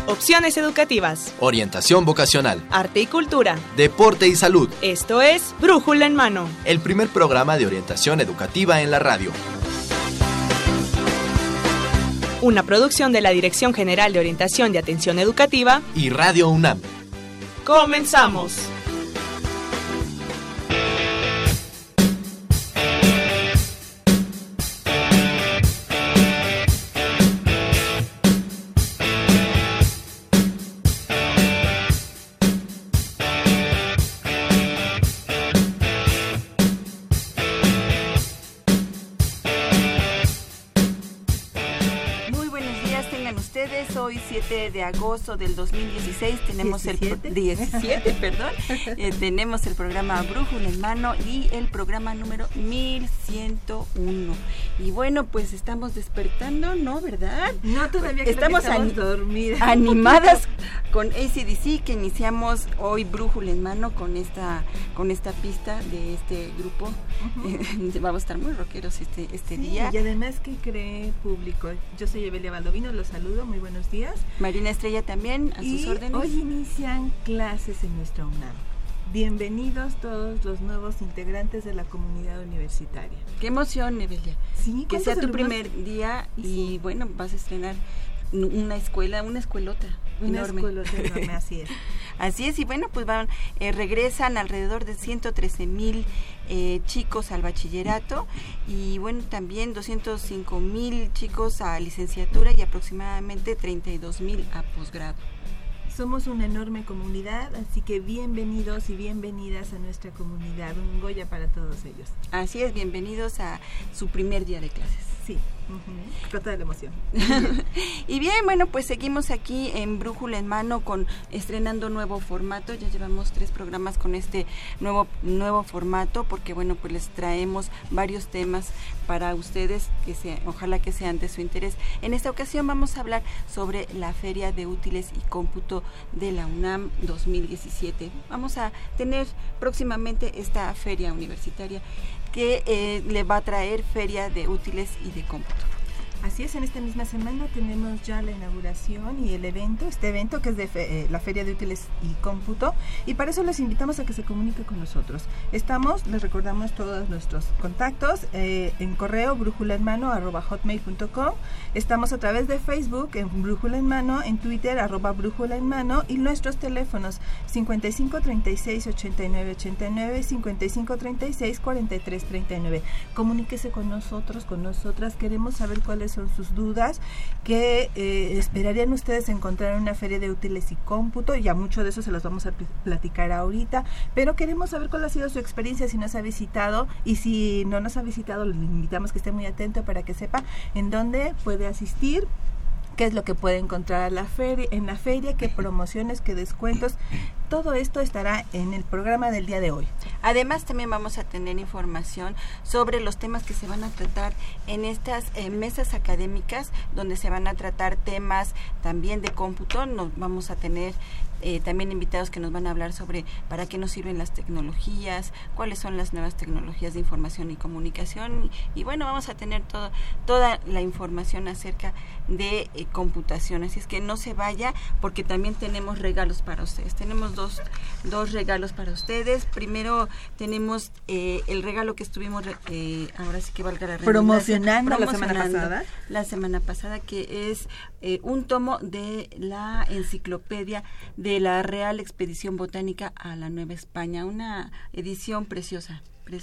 Opciones educativas, orientación vocacional, arte y cultura, deporte y salud. Esto es Brújula en Mano, el primer programa de orientación educativa en la radio. Una producción de la Dirección General de Orientación de Atención Educativa y Radio UNAM. ¡Comenzamos! Hoy 7 de agosto del 2016 tenemos tenemos el programa Brújula en Mano y el programa número 1101. Y bueno, pues estamos despertando, ¿no? ¿Verdad? No, todavía estamos dormidas. Animadas con AC/DC, que iniciamos hoy Brújula en Mano con esta pista de este grupo. Uh-huh. Vamos a estar muy rockeros este día. Y además, ¿qué cree público? Yo soy Evelia Baldovino, los saludo, muy buenos días. Marina Estrella también, a sus órdenes. Hoy inician clases en nuestra UNAM. Bienvenidos todos los nuevos integrantes de la comunidad universitaria. Qué emoción, Evelia. Sí, que sea tu primer día y bueno, vas a estrenar una escuelota enorme. Una escuelota enorme, así es. Así es, y bueno, pues regresan alrededor de 113,000 chicos al bachillerato y bueno, también 205,000 chicos a licenciatura y aproximadamente 32,000 a posgrado. Somos una enorme comunidad, así que bienvenidos y bienvenidas a nuestra comunidad, un Goya para todos ellos. Así es, bienvenidos a su primer día de clases. Sí, con toda la emoción. Y bien, bueno, pues seguimos aquí en Brújula en Mano estrenando nuevo formato. Ya llevamos 3 programas con este nuevo formato, porque bueno, pues les traemos varios temas para ustedes ojalá que sean de su interés. En esta ocasión vamos a hablar sobre la Feria de Útiles y Cómputo de la UNAM 2017. Vamos a tener próximamente esta feria universitaria que le va a traer Feria de Útiles y de Cómputo. Así es, en esta misma semana tenemos ya la inauguración y este evento que es de la Feria de Útiles y Cómputo, y para eso les invitamos a que se comunique con nosotros. Les recordamos todos nuestros contactos en correo brújulaenmano@hotmail.com. Estamos a través de Facebook en Brújula en Mano, en Twitter @Brújula en Mano, y nuestros teléfonos 55 36 89 89, 55 36 43 39. Comuníquese con nosotros, con nosotras. Queremos saber cuáles son sus dudas, que esperarían ustedes encontrar en una feria de útiles y cómputo. Ya mucho de eso se los vamos a platicar ahorita, pero queremos saber cuál ha sido su experiencia si nos ha visitado, y si no nos ha visitado, le invitamos que esté muy atento para que sepa en dónde puede asistir, qué es lo que puede encontrar en la feria, qué promociones, qué descuentos. Todo esto estará en el programa del día de hoy. Además, también vamos a tener información sobre los temas que se van a tratar en estas mesas académicas, donde se van a tratar temas también de cómputo. Nos vamos a tener también invitados que nos van a hablar sobre para qué nos sirven las tecnologías, cuáles son las nuevas tecnologías de información y comunicación, y bueno, vamos a tener toda la información acerca de computación. Así es que no se vaya, porque también tenemos regalos para ustedes. Tenemos dos regalos para ustedes. Primero tenemos el regalo que estuvimos ahora sí que valga la redundancia, promocionando la semana pasada, que es un tomo de la enciclopedia de la Real Expedición Botánica a la Nueva España, una edición preciosa.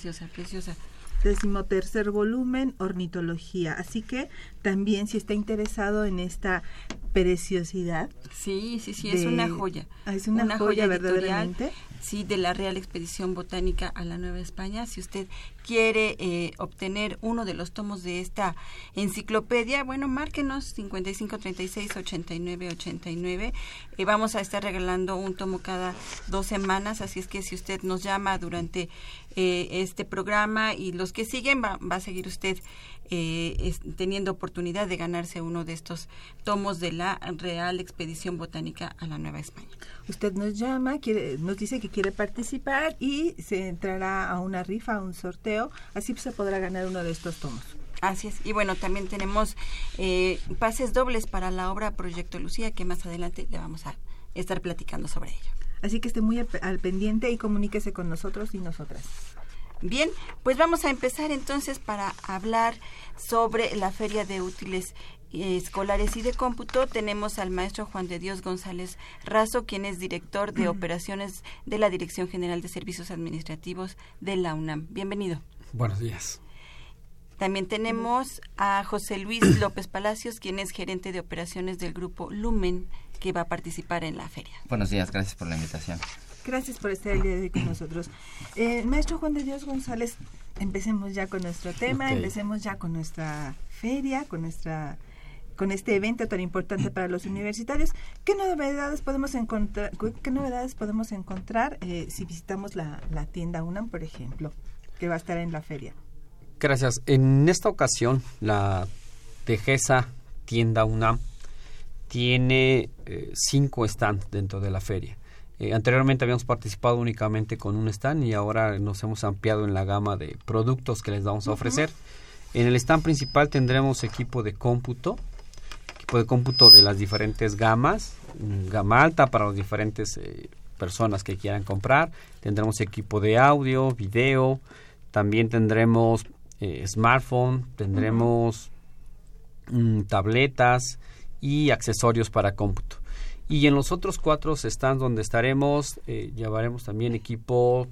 13º volumen, Ornitología. Así que también, si está interesado en esta preciosidad. Sí, es una joya. Es una joya verdaderamente. Sí, de la Real Expedición Botánica a la Nueva España. Si usted quiere obtener uno de los tomos de esta enciclopedia, bueno, márquenos 55 36 89 89. Vamos a estar regalando un tomo cada 2 semanas, así es que si usted nos llama durante este programa y los que siguen, va a seguir usted teniendo oportunidad de ganarse uno de estos tomos de la Real Expedición Botánica a la Nueva España. Usted nos llama, nos dice que quiere participar y se entrará a una rifa, a un sorteo, así se podrá ganar uno de estos tomos. Así es. Y bueno, también tenemos pases dobles para la obra Proyecto Lucía, que más adelante le vamos a estar platicando sobre ello. Así que esté muy al pendiente y comuníquese con nosotros y nosotras. Bien, pues vamos a empezar entonces para hablar sobre la Feria de Útiles Escolares y de Cómputo. Tenemos al maestro Juan de Dios González Razo, quien es director de operaciones de la Dirección General de Servicios Administrativos de la UNAM. Bienvenido. Buenos días. También tenemos a José Luis López Palacios, quien es gerente de operaciones del grupo Lumen, que va a participar en la feria. Buenos días, gracias por la invitación. Gracias por estar el día de hoy con nosotros. Maestro Juan de Dios González, empecemos ya con nuestro tema, empecemos ya con nuestra feria, con este evento tan importante para los universitarios. ¿Qué novedades podemos encontrar si visitamos la tienda UNAM, por ejemplo, que va a estar en la feria? Gracias. En esta ocasión, la Tejesa Tienda UNAM tiene 5 stands dentro de la feria. Anteriormente habíamos participado únicamente con un stand y ahora nos hemos ampliado en la gama de productos que les vamos a ofrecer. En el stand principal tendremos equipo de cómputo de las diferentes gamas, gama alta para las diferentes personas que quieran comprar. Tendremos equipo de audio, video, también tendremos smartphone, tendremos tabletas y accesorios para cómputo. Y en los otros 4 stands donde estaremos, llevaremos también equipo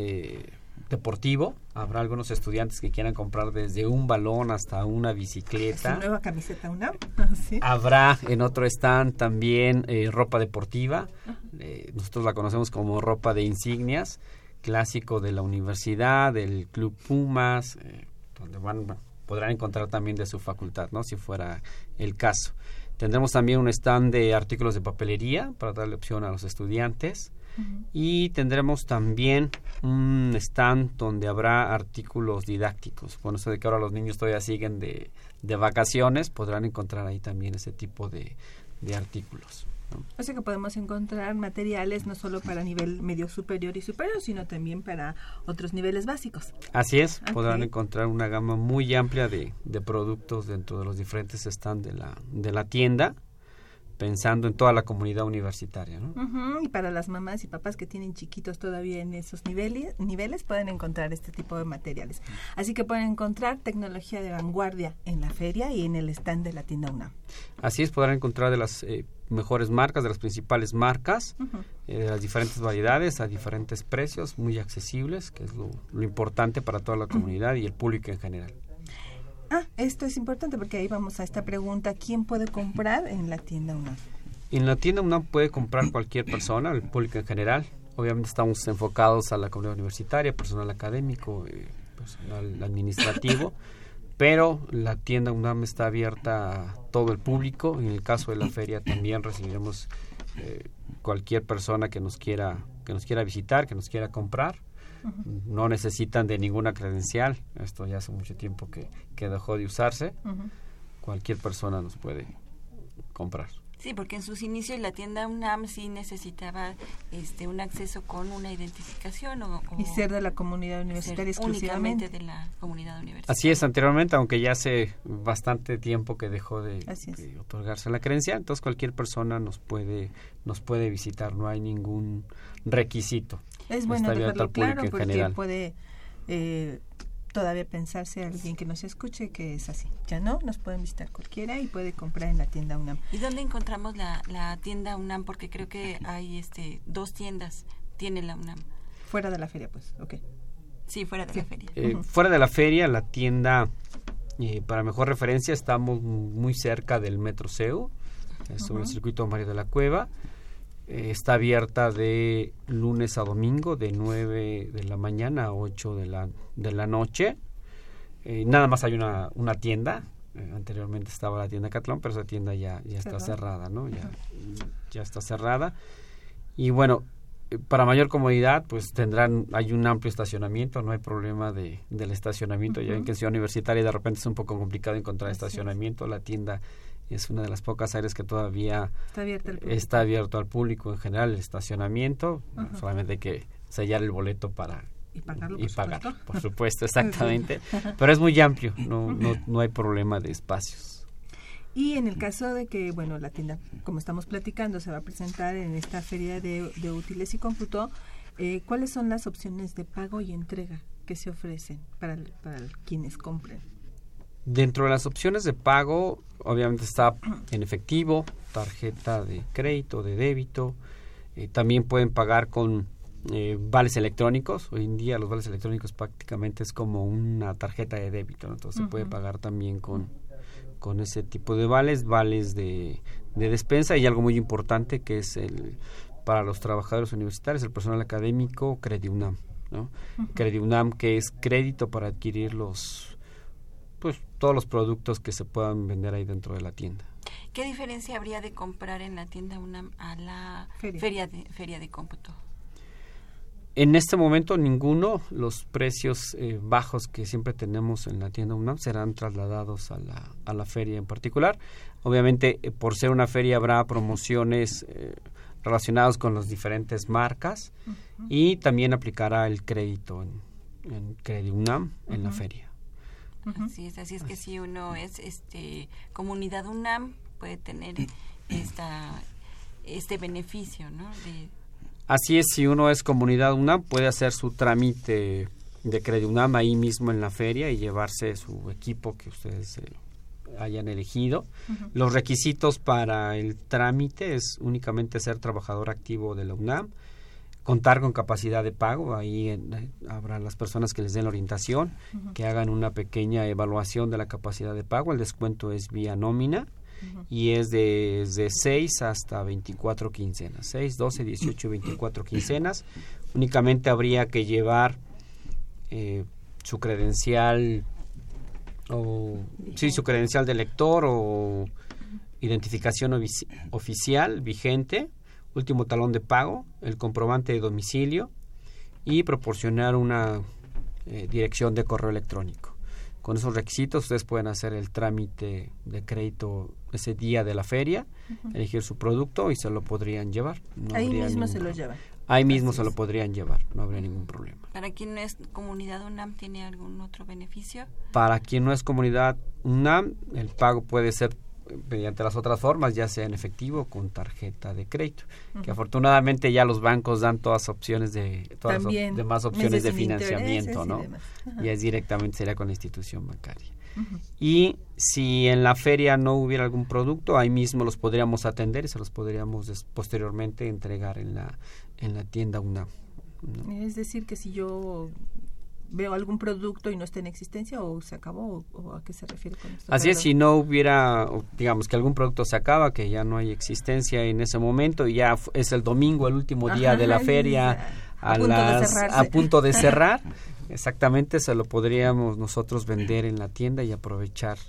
deportivo. Habrá algunos estudiantes que quieran comprar desde un balón hasta una bicicleta. ¿Su nueva camiseta UNAM? ¿Sí? Habrá en otro stand también ropa deportiva. Nosotros la conocemos como ropa de insignias, clásico de la universidad, del Club Pumas, donde podrán encontrar también de su facultad, ¿no? Si fuera el caso. Tendremos también un stand de artículos de papelería para darle opción a los estudiantes. Y tendremos también un stand donde habrá artículos didácticos. Bueno, eso de que ahora los niños todavía siguen de vacaciones, podrán encontrar ahí también ese tipo de artículos, ¿no? O sea que podemos encontrar materiales no solo para nivel medio superior y superior, sino también para otros niveles básicos. Así es, podrán encontrar una gama muy amplia de productos dentro de los diferentes stands de la tienda, pensando en toda la comunidad universitaria, ¿no? Y para las mamás y papás que tienen chiquitos todavía en esos niveles pueden encontrar este tipo de materiales. Así que pueden encontrar tecnología de vanguardia en la feria y en el stand de la tienda UNAM. Así es, podrán encontrar de las mejores marcas, de las principales marcas, de las diferentes variedades, a diferentes precios, muy accesibles, que es lo importante para toda la comunidad y el público en general. Esto es importante porque ahí vamos a esta pregunta: ¿quién puede comprar en la tienda UNAM? En la tienda UNAM puede comprar cualquier persona, el público en general. Obviamente estamos enfocados a la comunidad universitaria, personal académico, personal administrativo, pero la tienda UNAM está abierta a todo el público. En el caso de la feria también recibiremos cualquier persona que nos quiera visitar, que nos quiera comprar. No necesitan de ninguna credencial. Esto ya hace mucho tiempo que dejó de usarse. Cualquier persona nos puede comprar. Sí, porque en sus inicios la tienda UNAM sí necesitaba un acceso con una identificación y ser de la comunidad universitaria exclusivamente. Únicamente de la comunidad universitaria. Así es, anteriormente, aunque ya hace bastante tiempo que dejó de otorgarse la credencial, entonces cualquier persona nos puede visitar, no hay ningún requisito. Es bueno dejarlo claro porque puede todavía pensarse alguien que nos escuche que es así. Ya no, nos pueden visitar cualquiera y puede comprar en la tienda UNAM. ¿Y dónde encontramos la tienda UNAM? Porque creo que hay 2 tiendas, tiene la UNAM. Fuera de la feria, pues, Sí, fuera de la feria. Fuera de la feria, la tienda, para mejor referencia, estamos muy cerca del Metro CEU, sobre el circuito Mario de la Cueva. Está abierta de lunes a domingo, de 9 de la mañana a 8 de la noche. Nada más hay una tienda. Anteriormente estaba la tienda Catlón, pero esa tienda ya está cerrada, ¿no? Ya está cerrada. Y bueno, para mayor comodidad, pues hay un amplio estacionamiento, no hay problema del estacionamiento. Ya ven que en Ciudad Universitaria de repente es un poco complicado encontrar estacionamiento. La tienda es una de las pocas áreas que todavía está abierto al público en general, el estacionamiento. Solamente hay que sellar el boleto para Y pagarlo, por supuesto, exactamente. Pero es muy amplio, no hay problema de espacios. Y en el caso de que, bueno, la tienda, como estamos platicando, se va a presentar en esta feria de útiles y cómputo, ¿cuáles son las opciones de pago y entrega que se ofrecen para quienes compren? Dentro de las opciones de pago, obviamente está en efectivo, tarjeta de crédito, de débito. También pueden pagar con vales electrónicos. Hoy en día los vales electrónicos prácticamente es como una tarjeta de débito, ¿no? Entonces se puede pagar también con ese tipo de vales de despensa, y algo muy importante que es para los trabajadores universitarios, el personal académico, CrediUNAM, ¿no? CrediUNAM, que es crédito para adquirir todos los productos que se puedan vender ahí dentro de la tienda. ¿Qué diferencia habría de comprar en la tienda UNAM a la feria de cómputo? En este momento ninguno. Los precios bajos que siempre tenemos en la tienda UNAM serán trasladados a la feria en particular. Obviamente, por ser una feria habrá promociones relacionadas con las diferentes marcas, y también aplicará el crédito en CrediUNAM en la feria. Así es que si uno es comunidad UNAM puede tener este beneficio, ¿no? Así es, si uno es comunidad UNAM puede hacer su trámite de CrediUNAM ahí mismo en la feria y llevarse su equipo que ustedes hayan elegido. Los requisitos para el trámite es únicamente ser trabajador activo de la UNAM, contar con capacidad de pago. Ahí habrá las personas que les den la orientación, que hagan una pequeña evaluación de la capacidad de pago. El descuento es vía nómina y es desde 6 hasta 24 quincenas, 6, 12, 18 y 24 quincenas. Únicamente habría que llevar su credencial su credencial de lector o identificación oficial vigente, último talón de pago, el comprobante de domicilio y proporcionar una dirección de correo electrónico. Con esos requisitos ustedes pueden hacer el trámite de crédito ese día de la feria, elegir su producto y se lo podrían llevar. Ahí mismo se lo llevan. Ahí mismo se lo podrían llevar, no habría ningún problema. ¿Para quien no es comunidad UNAM tiene algún otro beneficio? Para quien no es comunidad UNAM, el pago puede ser mediante las otras formas, ya sea en efectivo o con tarjeta de crédito, que afortunadamente ya los bancos dan todas opciones demás opciones de financiamiento, ¿no? Ya es directamente sería con la institución bancaria. Y si en la feria no hubiera algún producto, ahí mismo los podríamos atender y se los podríamos posteriormente entregar en la tienda UNAM, ¿no? Es decir, que si yo veo algún producto y no está en existencia, o se acabó, o ¿a qué se refiere con esto? Así es, si no hubiera, digamos que algún producto se acaba, que ya no hay existencia en ese momento y ya es el domingo, el último día de la feria, a punto de cerrar, exactamente, se lo podríamos nosotros vender en la tienda y aprovechar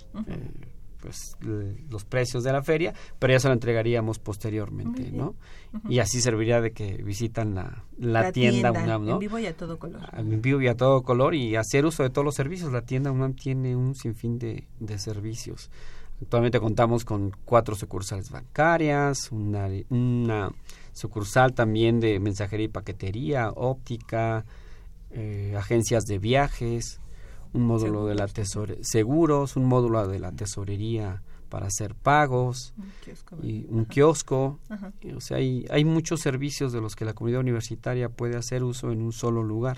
los precios de la feria, pero ya se lo entregaríamos posteriormente, ¿no? Y así serviría de que visitan la tienda UNAM, ¿no? En vivo y a todo color. En vivo y a todo color, y hacer uso de todos los servicios. La tienda UNAM tiene un sinfín de servicios. Actualmente contamos con 4 sucursales bancarias, una sucursal también de mensajería y paquetería, óptica, agencias de viajes, un módulo de la seguros, un módulo de la tesorería para hacer pagos, y un kiosco. O sea, hay muchos servicios de los que la comunidad universitaria puede hacer uso en un solo lugar.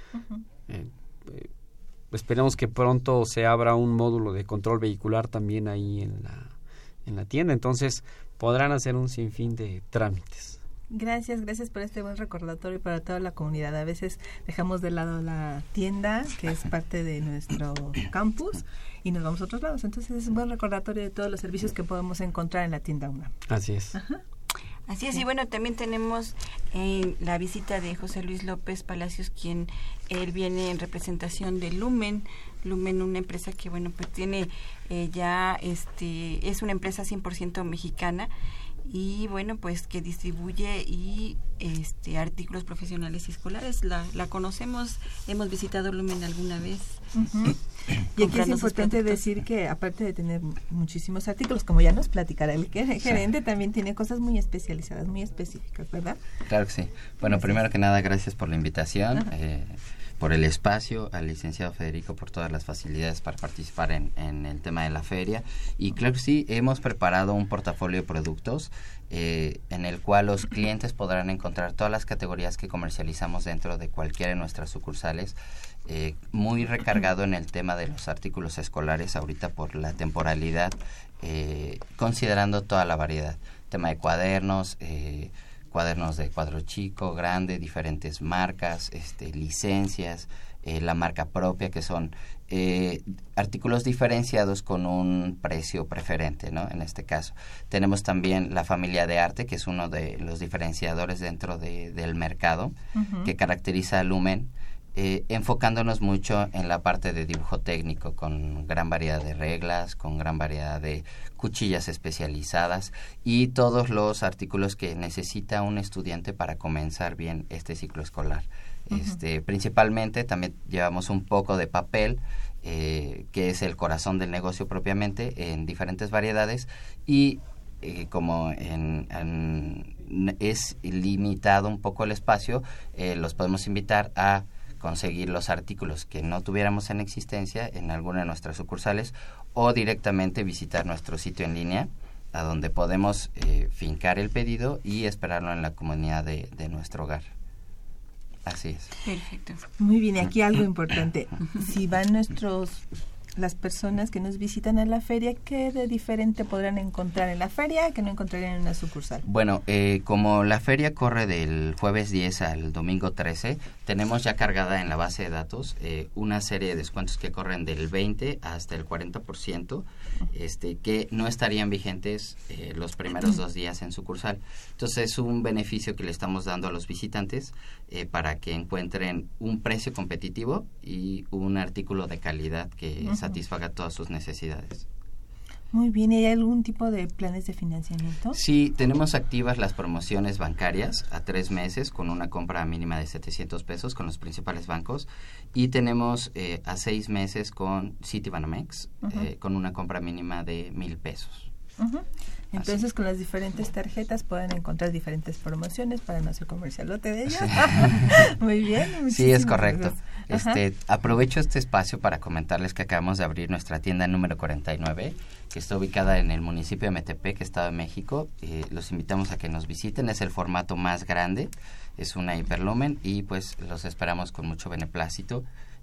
Esperemos que pronto se abra un módulo de control vehicular también ahí en la tienda, entonces podrán hacer un sinfín de trámites. Gracias por este buen recordatorio para toda la comunidad. A veces dejamos de lado la tienda, que es parte de nuestro campus, y nos vamos a otros lados. Entonces es un buen recordatorio de todos los servicios que podemos encontrar en la tienda UNAM. Así es. Así es, y bueno, también tenemos la visita de José Luis López Palacios, quien él viene en representación de Lumen, una empresa que bueno, pues tiene es una empresa 100% mexicana, y bueno, pues que distribuye artículos profesionales y escolares. La conocemos, hemos visitado Lumen alguna vez. Y aquí es importante decir que aparte de tener muchísimos artículos, como ya nos platicará el gerente, también tiene cosas muy especializadas, muy específicas, ¿verdad? Claro que sí. Bueno, primero que nada, gracias por la invitación. por el espacio, al licenciado Federico por todas las facilidades para participar en el tema de la feria. Y claro que sí, hemos preparado un portafolio de productos en el cual los clientes podrán encontrar todas las categorías que comercializamos dentro de cualquiera de nuestras sucursales, muy recargado en el tema de los artículos escolares ahorita por la temporalidad, considerando toda la variedad, tema de cuadernos, cuadernos de cuadro chico, grande, diferentes marcas, licencias, la marca propia, que son artículos diferenciados con un precio preferente, ¿no? En este caso tenemos también la familia de arte, que es uno de los diferenciadores dentro del mercado, que caracteriza a Lumen, enfocándonos mucho en la parte de dibujo técnico, con gran variedad de reglas, con gran variedad de cuchillas especializadas y todos los artículos que necesita un estudiante para comenzar bien este ciclo escolar. Principalmente también llevamos un poco de papel, que es el corazón del negocio propiamente, en diferentes variedades, y como es limitado un poco el espacio, los podemos invitar a conseguir los artículos que no tuviéramos en existencia en alguna de nuestras sucursales, o directamente visitar nuestro sitio en línea, a donde podemos fincar el pedido y esperarlo en la comunidad de nuestro hogar. Así es. Perfecto. Muy bien, y aquí algo importante. Si van las personas que nos visitan a la feria, ¿qué de diferente podrán encontrar en la feria que no encontrarían en una sucursal? Bueno, como la feria corre del jueves 10 al domingo 13, tenemos ya cargada en la base de datos una serie de descuentos que corren del 20 hasta el 40%, que no estarían vigentes los primeros 2 días en sucursal. Entonces es un beneficio que le estamos dando a los visitantes para que encuentren un precio competitivo y un artículo de calidad que satisfaga todas sus necesidades. Muy bien, ¿y hay algún tipo de planes de financiamiento? Sí, tenemos activas las promociones bancarias a 3 meses con una compra mínima de 700 pesos con los principales bancos, y tenemos a 6 meses con Citibanamex con una compra mínima de 1,000 pesos. Entonces, con las diferentes tarjetas pueden encontrar diferentes promociones para no hacer comercialote de ellas. Muy bien. Sí, es correcto. Aprovecho este espacio para comentarles que acabamos de abrir nuestra tienda número 49, que está ubicada en el municipio de Metepec, Estado de México. Los invitamos a que nos visiten. Es el formato más grande, es una hiperlumen, y pues los esperamos con mucho beneplácito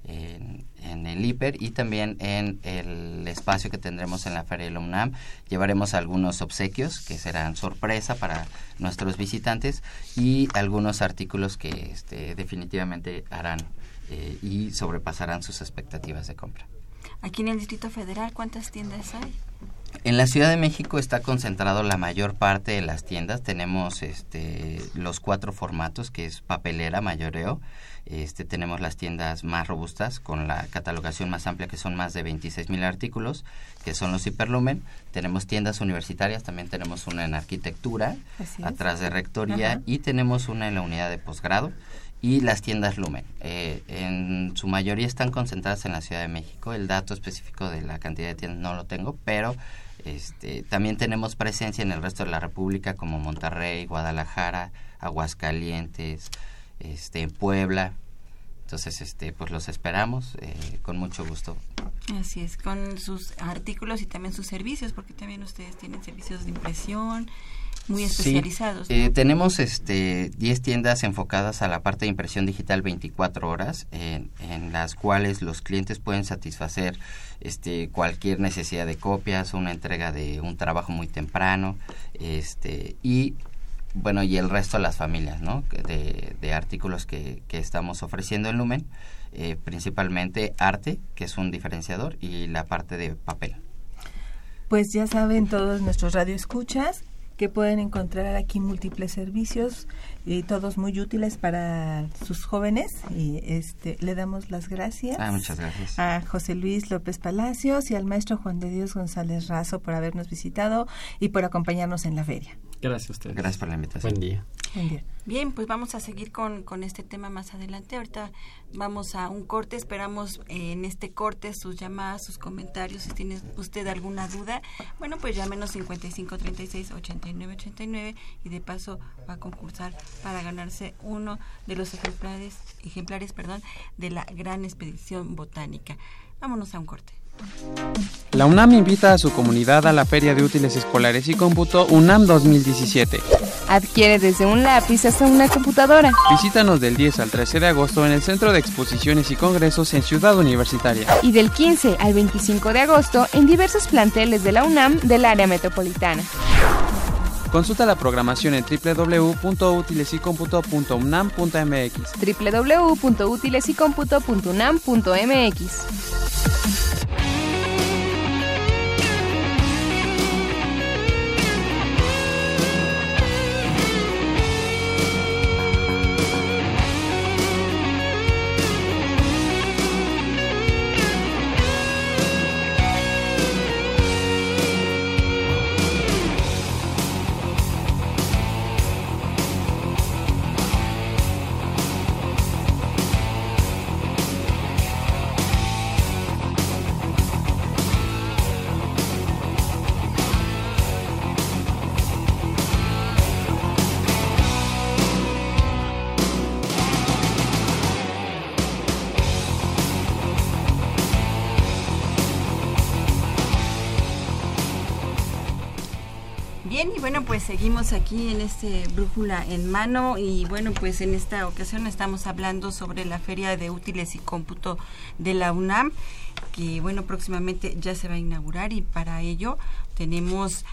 en el hiper, y también en el espacio que tendremos en la Feria de la UNAM. Llevaremos algunos obsequios que serán sorpresa para nuestros visitantes, y algunos artículos que definitivamente harán y sobrepasarán sus expectativas de compra. Aquí en el Distrito Federal, ¿cuántas tiendas hay? En la Ciudad de México está concentrado la mayor parte de las tiendas. Tenemos los 4 formatos, que es papelera, mayoreo. Tenemos las tiendas más robustas con la catalogación más amplia, que son más de 26,000 artículos, que son los hiperlumen. Tenemos tiendas universitarias, también tenemos una en arquitectura, atrás de rectoría, y tenemos una en la unidad de posgrado, y las tiendas Lumen. En su mayoría están concentradas en la Ciudad de México. El dato específico de la cantidad de tiendas no lo tengo, pero también tenemos presencia en el resto de la República, como Monterrey, Guadalajara, Aguascalientes, Puebla. Entonces, pues los esperamos con mucho gusto. Así es, con sus artículos y también sus servicios, porque también ustedes tienen servicios de impresión muy especializados. Sí, ¿no? Tenemos 10 tiendas enfocadas a la parte de impresión digital 24 horas, en las cuales los clientes pueden satisfacer cualquier necesidad de copias, una entrega de un trabajo muy temprano, y bueno, y el resto de las familias, ¿no? De artículos que estamos ofreciendo en Lumen, principalmente arte, que es un diferenciador, y la parte de papel. Pues ya saben todos nuestros radioescuchas que pueden encontrar aquí múltiples servicios, y todos muy útiles para sus jóvenes, y le damos las gracias. Muchas gracias a José Luis López Palacios y al maestro Juan de Dios González Razo por habernos visitado y por acompañarnos en la feria. Gracias a ustedes. Gracias por la invitación. Buen día. Buen día. Bien, pues vamos a seguir con este tema más adelante. Ahorita vamos a un corte. Esperamos en este corte sus llamadas, sus comentarios. Si tiene usted alguna duda, bueno, pues llámenos 5536-8989 y de paso va a concursar para ganarse uno de los ejemplares de la gran expedición botánica. Vámonos a un corte. La UNAM invita a su comunidad a la Feria de Útiles Escolares y Cómputo UNAM 2017. Adquiere desde un lápiz hasta una computadora. Visítanos del 10 al 13 de agosto en el Centro de Exposiciones y Congresos en Ciudad Universitaria. Y del 15 al 25 de agosto en diversos planteles de la UNAM del área metropolitana. Consulta la programación en www.utilesycomputo.unam.mx. www.utilesycomputo.unam.mx. Bien, y bueno, pues seguimos aquí en este Brújula en Mano y bueno, pues en esta ocasión estamos hablando sobre la Feria de Útiles y Cómputo de la UNAM, que bueno, próximamente ya se va a inaugurar y para ello tenemos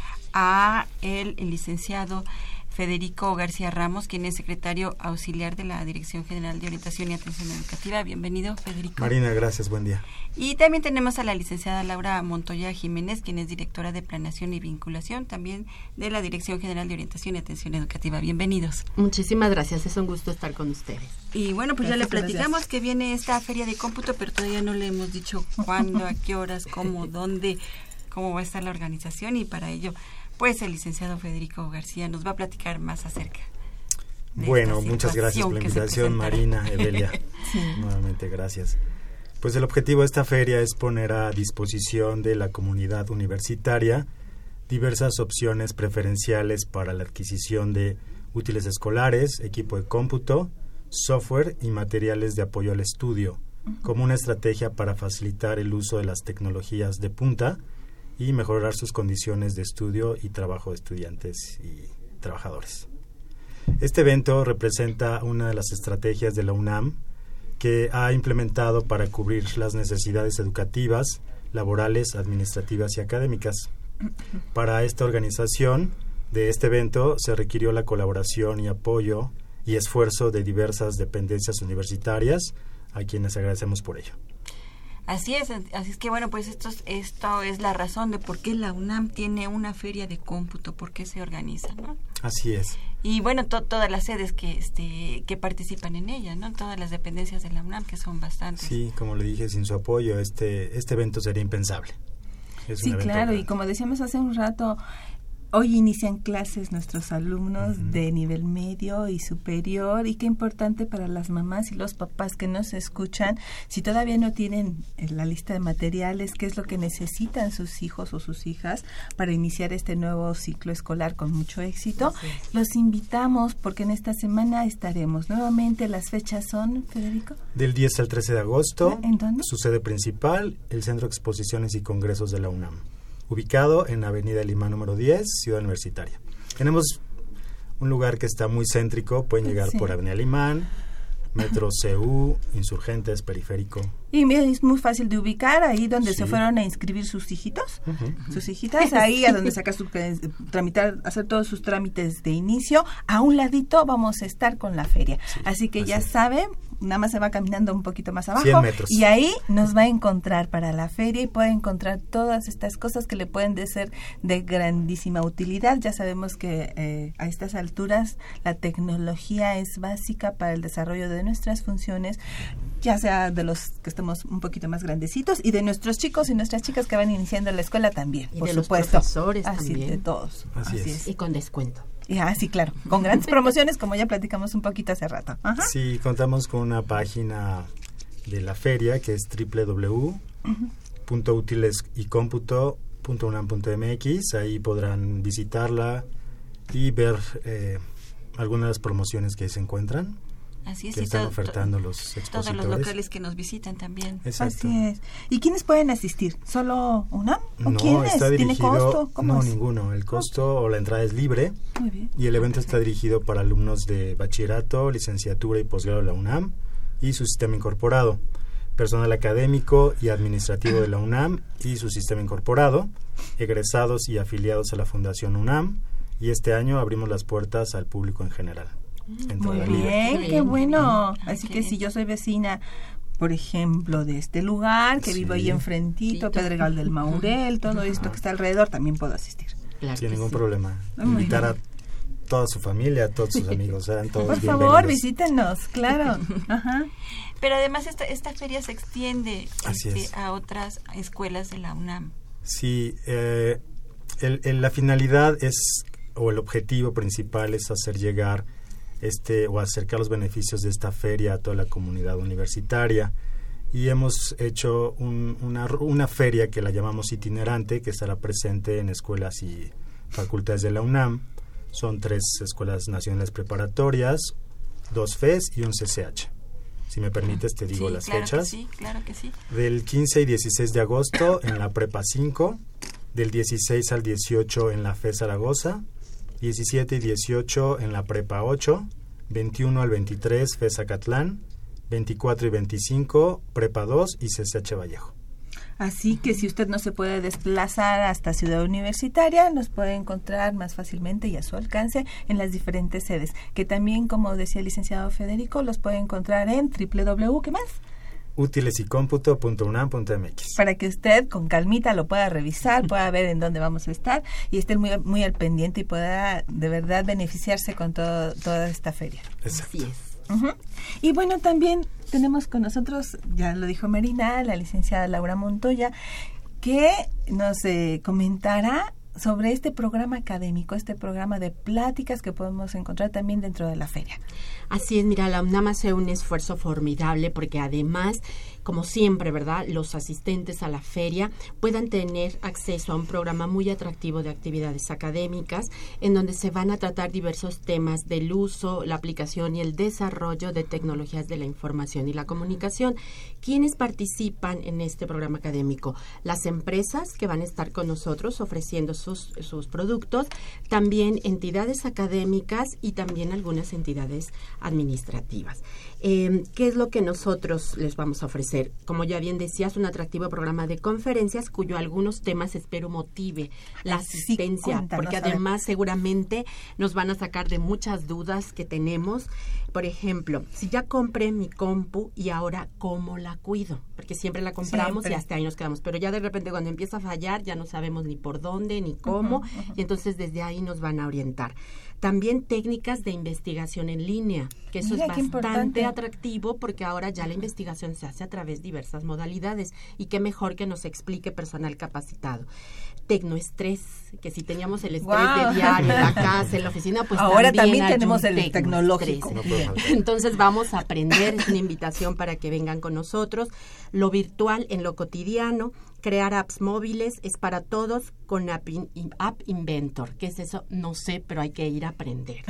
a el licenciado Federico García Ramos, quien es secretario auxiliar de la Dirección General de Orientación y Atención Educativa. Bienvenido, Federico. Marina, gracias, buen día. Y también tenemos a la licenciada Laura Montoya Jiménez, quien es directora de Planeación y Vinculación, también de la Dirección General de Orientación y Atención Educativa. Bienvenidos. Muchísimas gracias, es un gusto estar con ustedes. Y bueno, pues Gracias, ya le platicamos gracias. que viene esta feria de cómputo, pero todavía no le hemos dicho cuándo, a qué horas, cómo, dónde, cómo va a estar la organización y para ello pues el licenciado Federico García nos va a platicar más acerca de Bueno, esta muchas gracias por la situación que se invitación, presentará. Marina, Evelia. Sí. Nuevamente, gracias. Pues el objetivo de esta feria es poner a disposición de la comunidad universitaria diversas opciones preferenciales para la adquisición de útiles escolares, equipo de cómputo, software y materiales de apoyo al estudio, como una estrategia para facilitar el uso de las tecnologías de punta y mejorar sus condiciones de estudio y trabajo de estudiantes y trabajadores. Este evento representa una de las estrategias de la UNAM que ha implementado para cubrir las necesidades educativas, laborales, administrativas y académicas. Para esta organización de este evento se requirió la colaboración y apoyo y esfuerzo de diversas dependencias universitarias, a quienes agradecemos por ello. Así es que bueno, pues esto es la razón de por qué la UNAM tiene una feria de cómputo, por qué se organiza, ¿no? Así es. Y bueno, todas las sedes que participan en ella, ¿no? Todas las dependencias de la UNAM, que son bastantes. Sí, como le dije, sin su apoyo este evento sería impensable. Es Sí, un evento claro, grande. y como decíamos hace un rato, hoy inician clases nuestros alumnos de nivel medio y superior, y qué importante para las mamás y los papás que nos escuchan, si todavía no tienen la lista de materiales, qué es lo que necesitan sus hijos o sus hijas para iniciar este nuevo ciclo escolar con mucho éxito. Los invitamos porque en esta semana estaremos nuevamente. Las fechas son, Federico. Del 10 al 13 de agosto, ¿En dónde? su sede principal, el Centro de Exposiciones y Congresos de la UNAM, ubicado en Avenida Lima número 10, Ciudad Universitaria. Tenemos un lugar que está muy céntrico, pueden llegar Sí. por Avenida Limán, Metro CU, Insurgentes, Periférico. Y mira, es muy fácil de ubicar, ahí donde Sí. se fueron a inscribir sus hijitos, Ujú. sus hijitas, ahí a donde saca tramitar, hacer todos sus trámites de inicio. A un ladito vamos a estar con la feria. Sí, así que así ya es. saben, nada más se va caminando un poquito más abajo 100 metros. y ahí nos va a encontrar para la feria y puede encontrar todas estas cosas que le pueden ser de grandísima utilidad. Ya sabemos que a estas alturas la tecnología es básica para el desarrollo de nuestras funciones, ya sea de los que estemos un poquito más grandecitos y de nuestros chicos y nuestras chicas que van iniciando la escuela también, Y por de los supuesto. profesores Así también. de todos. Así es. Y con descuento. Sí, claro, con grandes promociones, como ya platicamos un poquito hace rato. Ajá. Sí, contamos con una página de la feria que es www.utilesycomputo.unam.mx. Ahí podrán visitarla y ver algunas de las promociones que se encuentran. Así es, que están ofertando los expositores. Todos los locales que nos visitan también. Exacto. Así es. ¿Y quiénes pueden asistir? ¿Solo UNAM? ¿O no, quiénes? Está dirigido, ¿Tiene costo? No, ninguno. El costo o la entrada es libre. Muy bien. Y el evento está dirigido para alumnos de bachillerato, licenciatura y posgrado de la UNAM y su sistema incorporado, personal académico y administrativo de la UNAM y su sistema incorporado, egresados y afiliados a la Fundación UNAM, y este año abrimos las puertas al público en general. Muy bien, qué bueno. Así que si yo soy vecina, por ejemplo, de este lugar, que vivo ahí enfrentito, Pedregal del Maurel, todo esto que está alrededor, también puedo asistir. Claro, sin ningún problema. Invitar a toda su familia, a todos sus amigos, sean todos por bienvenidos. favor, visítenos, claro. Ajá. Pero además esta feria se extiende a otras escuelas de la UNAM. Sí, la finalidad o el objetivo principal es hacer llegar o acercar los beneficios de esta feria a toda la comunidad universitaria, y hemos hecho una feria que la llamamos itinerante, que estará presente en escuelas y facultades de la UNAM. Son 3 escuelas nacionales preparatorias, 2 FES y un CCH. Si me permites, te digo las fechas. Claro que sí. Del 15 y 16 de agosto en la Prepa 5, del 16 al 18 en la FES Zaragoza, 17 y 18 en la Prepa 8, 21 al 23 FES Zacatlán, 24 y 25 Prepa 2 y CCH Vallejo. Así que si usted no se puede desplazar hasta Ciudad Universitaria, nos puede encontrar más fácilmente y a su alcance en las diferentes sedes, que también, como decía el licenciado Federico, los puede encontrar en www, ¿qué más? utilesycomputo.unam.mx, para que usted con calmita lo pueda revisar, pueda ver en dónde vamos a estar y esté muy, muy al pendiente y pueda de verdad beneficiarse con toda esta feria. Exacto. Así es. Uh-huh. Y bueno, también tenemos con nosotros, ya lo dijo Marina, la licenciada Laura Montoya, que nos comentará sobre este programa académico, este programa de pláticas que podemos encontrar también dentro de la feria. Así es, mira, la UNAM hace un esfuerzo formidable porque además, como siempre, ¿verdad?, los asistentes a la feria puedan tener acceso a un programa muy atractivo de actividades académicas en donde se van a tratar diversos temas del uso, la aplicación y el desarrollo de tecnologías de la información y la comunicación. ¿Quiénes participan en este programa académico? Las empresas que van a estar con nosotros ofreciendo sus productos, también entidades académicas y también algunas entidades administrativas. ¿Qué es lo que nosotros les vamos a ofrecer? Como ya bien decías, un atractivo programa de conferencias cuyo algunos temas espero motive la asistencia, porque además seguramente nos van a sacar de muchas dudas que tenemos. Por ejemplo, si ya compré mi compu y ahora ¿cómo la cuido? Porque siempre la compramos y hasta ahí nos quedamos, pero ya de repente cuando empieza a fallar ya no sabemos ni por dónde ni cómo, y entonces desde ahí nos van a orientar. También técnicas de investigación en línea, que eso es bastante atractivo porque ahora ya la investigación se hace a través de diversas modalidades y qué mejor que nos explique personal capacitado. Tecnoestrés, que si teníamos el estrés de diario en la casa, en la oficina, pues ahora también tenemos el tecnológico. Entonces vamos a aprender, es una invitación para que vengan con nosotros. Lo virtual en lo cotidiano, crear apps móviles es para todos con App Inventor. ¿Qué es eso? No sé, pero hay que ir a aprender.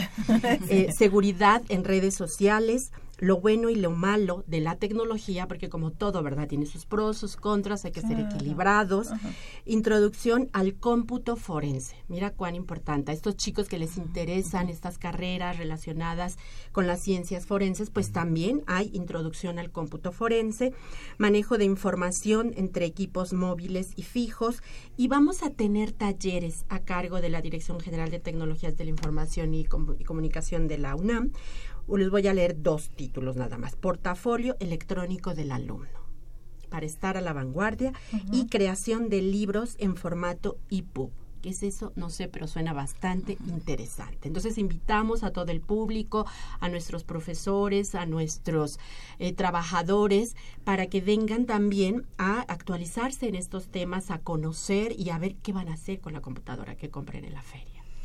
Seguridad en redes sociales, lo bueno y lo malo de la tecnología, porque como todo, ¿verdad? Tiene sus pros, sus contras, hay que ser equilibrados. Introducción al cómputo forense. Mira cuán importante. A estos chicos que les interesan estas carreras relacionadas con las ciencias forenses, pues también hay introducción al cómputo forense, manejo de información entre equipos móviles y fijos, y vamos a tener talleres a cargo de la Dirección General de Tecnologías de la Información y Comunicación de la UNAM. Les voy a leer 2 títulos nada más. Portafolio electrónico del alumno, para estar a la vanguardia, y creación de libros en formato EPUB. ¿Qué es eso? No sé, pero suena bastante interesante. Entonces invitamos a todo el público, a nuestros profesores, a nuestros trabajadores, para que vengan también a actualizarse en estos temas, a conocer y a ver qué van a hacer con la computadora que compren en la feria.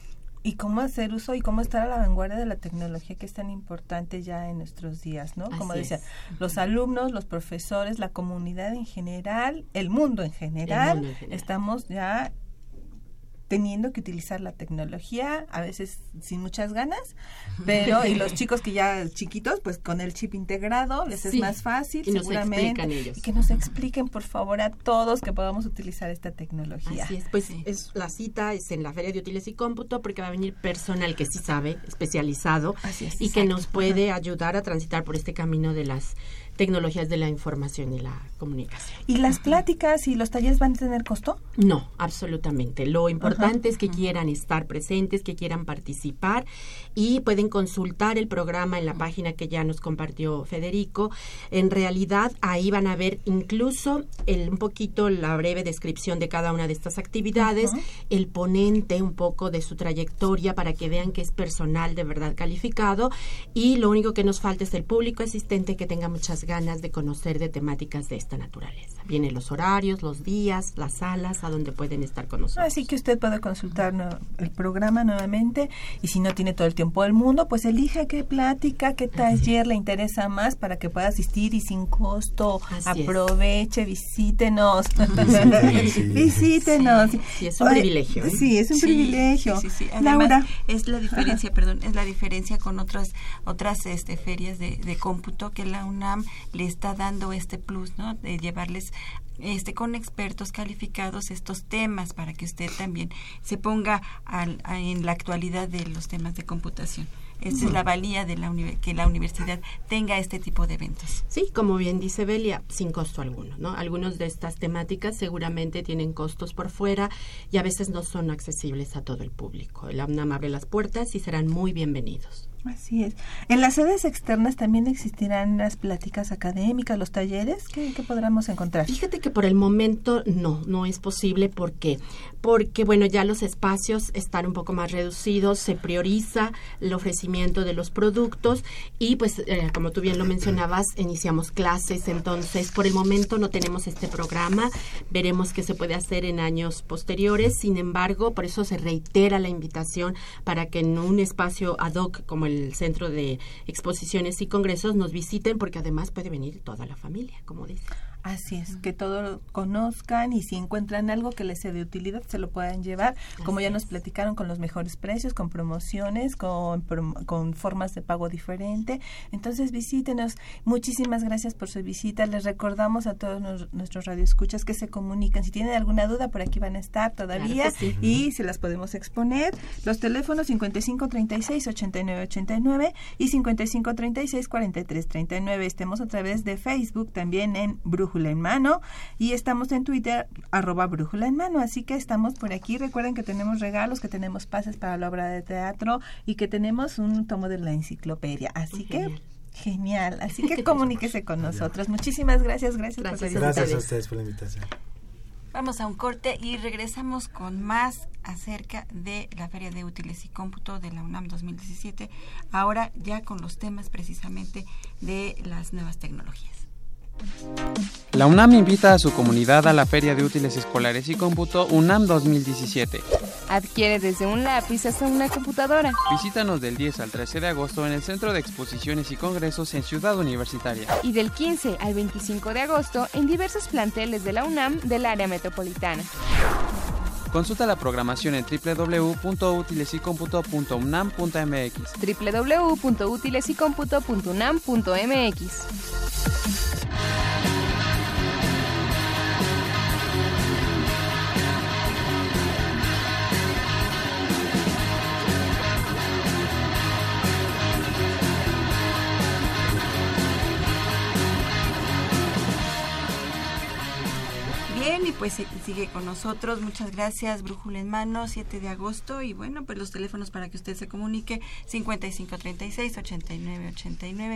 y cómo hacer uso y cómo estar a la vanguardia de la tecnología que es tan importante ya en nuestros días, ¿no? Como decía, los alumnos, los profesores, la comunidad en general, el mundo en general, estamos ya teniendo que utilizar la tecnología, a veces sin muchas ganas, pero y los chicos que ya chiquitos, pues con el chip integrado les es más fácil, y seguramente. Nos ellos. Y que nos expliquen, por favor, a todos que podamos utilizar esta tecnología. Así es, pues la cita es en la Feria de Útiles y Cómputo, porque va a venir personal que sí sabe, especializado, y que nos puede ayudar a transitar por este camino de las tecnologías de la información y la comunicación. ¿Y las pláticas y los talleres van a tener costo? No, absolutamente. Lo importante es que quieran estar presentes, que quieran participar, y pueden consultar el programa en la página que ya nos compartió Federico. En realidad, ahí van a ver incluso un poquito la breve descripción de cada una de estas actividades, el ponente un poco de su trayectoria para que vean que es personal de verdad calificado, y lo único que nos falta es el público asistente que tenga muchas ganas de conocer de temáticas de esta naturaleza. Vienen los horarios, los días, las salas a donde pueden estar con nosotros. Así que usted puede consultar el programa nuevamente, y si no tiene todo el tiempo del mundo, pues elija qué plática, qué taller le interesa más para que pueda asistir y sin costo. Aproveche, visítenos. Visítenos. Sí, es un privilegio. Sí, es un privilegio. Sí. Además, Laura, es la diferencia, es la diferencia con otras ferias de cómputo, que la UNAM le está dando este plus, ¿no? De llevarles con expertos calificados estos temas para que usted también se ponga en la actualidad de los temas de computación. Esa es la valía de que la universidad tenga este tipo de eventos. Sí, como bien dice Belia, sin costo alguno, ¿no? Algunos de estas temáticas seguramente tienen costos por fuera y a veces no son accesibles a todo el público. La UNAM abre las puertas y serán muy bienvenidos. Así es. En las sedes externas también existirán las pláticas académicas, los talleres. ¿Qué podremos encontrar? Fíjate que por el momento no es posible. ¿Por qué? Porque, bueno, ya los espacios están un poco más reducidos, se prioriza el ofrecimiento de los productos y, pues, como tú bien lo mencionabas, iniciamos clases. Entonces, por el momento no tenemos este programa. Veremos qué se puede hacer en años posteriores. Sin embargo, por eso se reitera la invitación para que en un espacio ad hoc como el Centro de Exposiciones y Congresos nos visiten, porque además puede venir toda la familia, como dice. Así es, que todos lo conozcan y si encuentran algo que les sea de utilidad se lo puedan llevar, como ya nos platicaron, con los mejores precios, con promociones, con formas de pago diferente. Entonces visítenos. Muchísimas gracias por su visita. Les recordamos a todos nuestros radioescuchas que se comuniquen. Si tienen alguna duda, por aquí van a estar todavía, y se las podemos exponer. Los teléfonos 5536-8989 y 5536-4339. Estemos a través de Facebook, también en Brújula en Mano, y estamos en Twitter @Brújula en Mano, así que estamos por aquí. Recuerden que tenemos regalos, que tenemos pases para la obra de teatro y que tenemos un tomo de la enciclopedia, así que genial, así que comuníquese con nosotros. Muchísimas gracias. Gracias a ustedes por la invitación. Vamos a un corte y regresamos con más acerca de la Feria de Útiles y Cómputo de la UNAM 2017, ahora ya con los temas precisamente de las nuevas tecnologías. La UNAM invita a su comunidad a la Feria de Útiles Escolares y Cómputo UNAM 2017. Adquiere desde un lápiz hasta una computadora. Visítanos del 10 al 13 de agosto en el Centro de Exposiciones y Congresos en Ciudad Universitaria. Y del 15 al 25 de agosto en diversos planteles de la UNAM del área metropolitana. Consulta la programación en www.utilesycomputo.unam.mx. www.utilesycomputo.unam.mx. Bien, y pues sigue con nosotros. Muchas gracias, Brújula en Mano, 7 de agosto. Y bueno, pues los teléfonos para que usted se comunique: 5536-8989,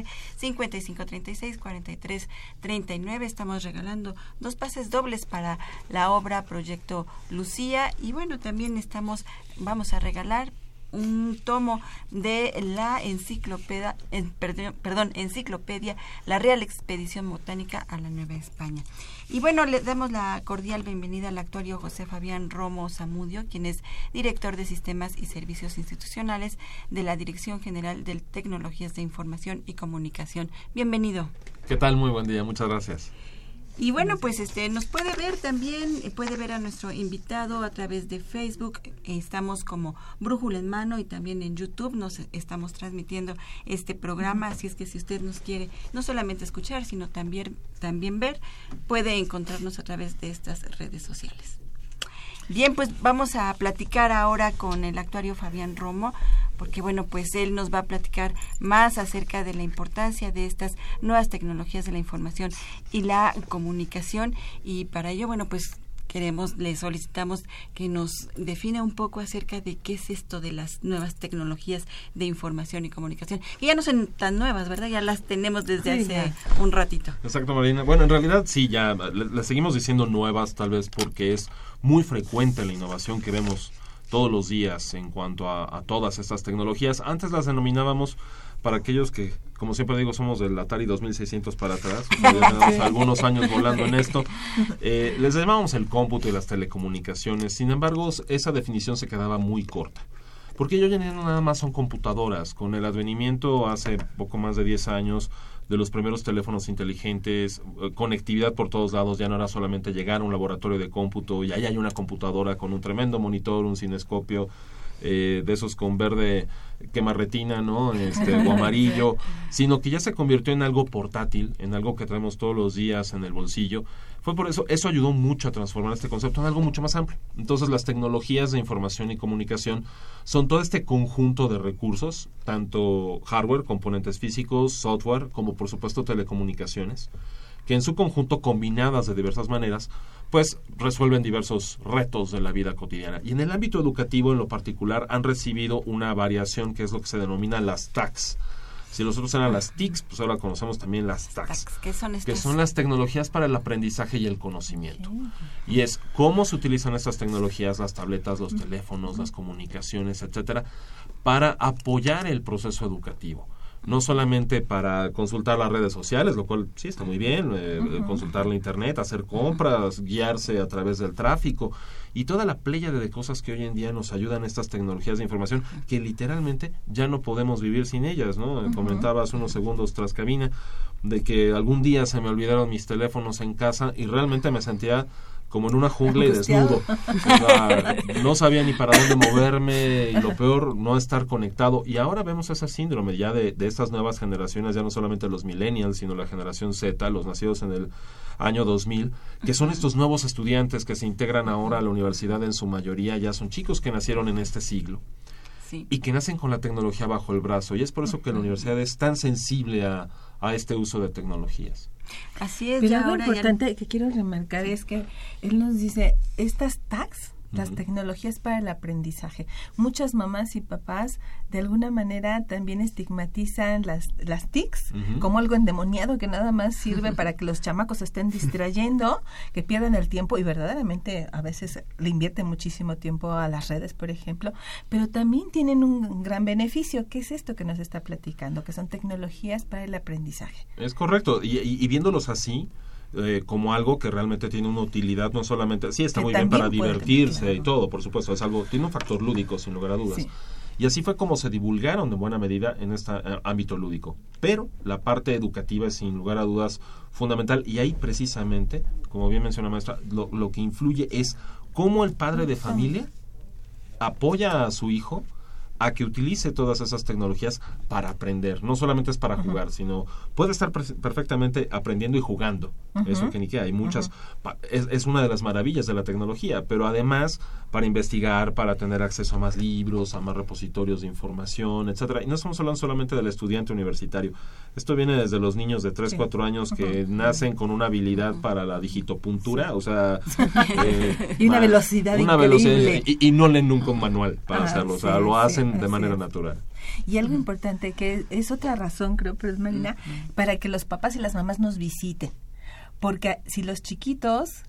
5536-4339. Estamos regalando 2 pases dobles para la obra Proyecto Lucía. Y bueno, también vamos a regalar tomo de la enciclopedia, La Real Expedición Botánica a la Nueva España. Y bueno, le damos la cordial bienvenida al actuario José Fabián Romo Zamudio, quien es director de Sistemas y Servicios Institucionales de la Dirección General de Tecnologías de Información y Comunicación. Bienvenido. ¿Qué tal? Muy buen día, muchas gracias. Y bueno, pues nos puede ver también, puede ver a nuestro invitado a través de Facebook. Estamos como Brújula en Mano y también en YouTube nos estamos transmitiendo este programa, así es que si usted nos quiere no solamente escuchar, sino también ver, puede encontrarnos a través de estas redes sociales. Bien, pues vamos a platicar ahora con el actuario Fabián Romo, porque bueno, pues él nos va a platicar más acerca de la importancia de estas nuevas tecnologías de la información y la comunicación, y para ello, bueno, pues le solicitamos que nos defina un poco acerca de qué es esto de las nuevas tecnologías de información y comunicación, que ya no son tan nuevas, ¿verdad? Ya las tenemos desde hace un ratito. Exacto, Marina. Bueno, en realidad sí, ya le seguimos diciendo nuevas, tal vez porque es muy frecuente la innovación que vemos todos los días en cuanto a todas estas tecnologías. Antes las denominábamos, para aquellos que, como siempre digo, somos del Atari 2600 para atrás, ya tenemos algunos años volando en esto, les llamábamos el cómputo y las telecomunicaciones. Sin embargo, esa definición se quedaba muy corta, porque hoy en día no nada más son computadoras. Con el advenimiento hace poco más de 10 años de los primeros teléfonos inteligentes, conectividad por todos lados, ya no era solamente llegar a un laboratorio de cómputo y ahí hay una computadora con un tremendo monitor, un cinescopio, de esos con verde quemarretina, ¿no? O amarillo, sino que ya se convirtió en algo portátil, en algo que traemos todos los días en el bolsillo. Fue por eso ayudó mucho a transformar este concepto en algo mucho más amplio. Entonces, las tecnologías de información y comunicación son todo este conjunto de recursos, tanto hardware, componentes físicos, software, como por supuesto telecomunicaciones, que en su conjunto, combinadas de diversas maneras, pues resuelven diversos retos de la vida cotidiana. Y en el ámbito educativo, en lo particular, han recibido una variación que es lo que se denomina las TACs. Si nosotros eran las TICs, pues ahora conocemos también las TACs. ¿Qué son estas? Que son las tecnologías para el aprendizaje y el conocimiento. Y es cómo se utilizan estas tecnologías, las tabletas, los teléfonos, las comunicaciones, etcétera, para apoyar el proceso educativo. No solamente para consultar las redes sociales, lo cual sí está muy bien, consultar la internet, hacer compras, guiarse a través del tráfico y toda la pléyade de cosas que hoy en día nos ayudan estas tecnologías de información que literalmente ya no podemos vivir sin ellas, ¿no? Comentaba hace unos segundos tras cabina de que algún día se me olvidaron mis teléfonos en casa y realmente me sentía como en una jungla y desnudo. No sabía ni para dónde moverme y lo peor, no estar conectado. Y ahora vemos ese síndrome ya de estas nuevas generaciones, ya no solamente los millennials, sino la generación Z, los nacidos en el año 2000, que son estos nuevos estudiantes que se integran ahora a la universidad. En su mayoría ya son chicos que nacieron en este siglo. Sí. Y que nacen con la tecnología bajo el brazo. Y es por eso que la universidad es tan sensible a este uso de tecnologías. Así es. Pero algo importante que quiero remarcar es que él nos dice, estas TACs, las tecnologías para el aprendizaje. Muchas mamás y papás de alguna manera también estigmatizan las TICs como algo endemoniado que nada más sirve para que los chamacos estén distrayendo, que pierdan el tiempo, y verdaderamente a veces le invierten muchísimo tiempo a las redes, por ejemplo, pero también tienen un gran beneficio, que es esto que nos está platicando, que son tecnologías para el aprendizaje. Es correcto, y viéndolos así, como algo que realmente tiene una utilidad, no solamente, sí está muy bien para divertirse y todo, por supuesto, es algo, tiene un factor lúdico sin lugar a dudas. Sí. Y así fue como se divulgaron de buena medida en este ámbito lúdico. Pero la parte educativa es sin lugar a dudas fundamental, y ahí precisamente, como bien menciona maestra, lo que influye es cómo el padre de familia apoya a su hijo a que utilice todas esas tecnologías para aprender. No solamente es para jugar, sino puede estar perfectamente aprendiendo y jugando. Eso que ni qué, hay muchas. Es una de las maravillas de la tecnología, pero además para investigar, para tener acceso a más libros, a más repositorios de información, etcétera. Y no estamos hablando solamente del estudiante universitario. Esto viene desde los niños de 3, 4 años que nacen con una habilidad para la digitopuntura, o sea... y una velocidad increíble. Y no leen nunca un manual para hacerlo, o sea, lo hacen de manera natural. Y algo importante, que es otra razón, creo, pero es Marina, para que los papás y las mamás nos visiten. Porque si los chiquitos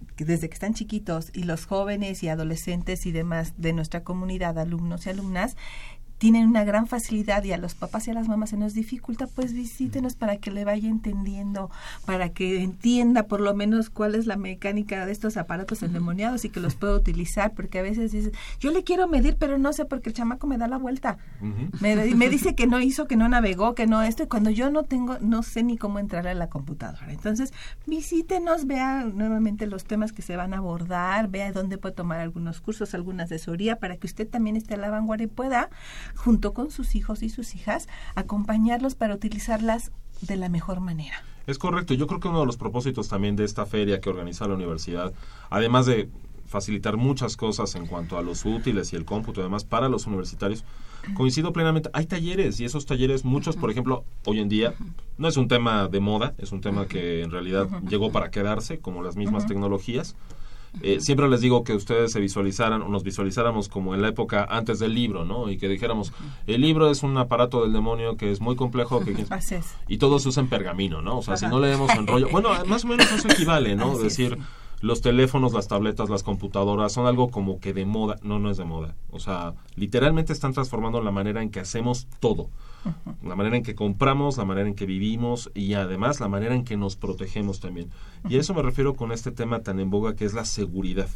desde que están chiquitos, y los jóvenes y adolescentes y demás de nuestra comunidad, alumnos y alumnas, tienen una gran facilidad y a los papás y a las mamás se nos dificulta, pues visítenos para que le vaya entendiendo, para que entienda por lo menos cuál es la mecánica de estos aparatos endemoniados y que los pueda utilizar, porque a veces dices, yo le quiero medir, pero no sé porque el chamaco me da la vuelta. Me dice que no hizo, que no navegó, que no esto, y cuando yo no sé ni cómo entrar a la computadora. Entonces, visítenos, vea nuevamente los temas que se van a abordar, vea dónde puede tomar algunos cursos, alguna asesoría, para que usted también esté a la vanguardia y pueda, junto con sus hijos y sus hijas, acompañarlos para utilizarlas de la mejor manera. Es correcto. Yo creo que uno de los propósitos también de esta feria que organiza la universidad, además de facilitar muchas cosas en cuanto a los útiles y el cómputo, además para los universitarios, coincido plenamente, hay talleres, y esos talleres, muchos, por ejemplo, hoy en día, no es un tema de moda, es un tema que en realidad llegó para quedarse, como las mismas tecnologías. Siempre les digo que ustedes se visualizaran o nos visualizáramos como en la época antes del libro, ¿no? Y que dijéramos, el libro es un aparato del demonio que es muy complejo y todos se usan pergamino, ¿no? O sea, si no leemos en rollo, bueno, más o menos eso equivale, ¿no? Es decir, los teléfonos, las tabletas, las computadoras son algo como que de moda. No es de moda. O sea, literalmente están transformando la manera en que hacemos todo. La manera en que compramos, la manera en que vivimos y además la manera en que nos protegemos también. Y a eso me refiero con este tema tan en boga que es la seguridad.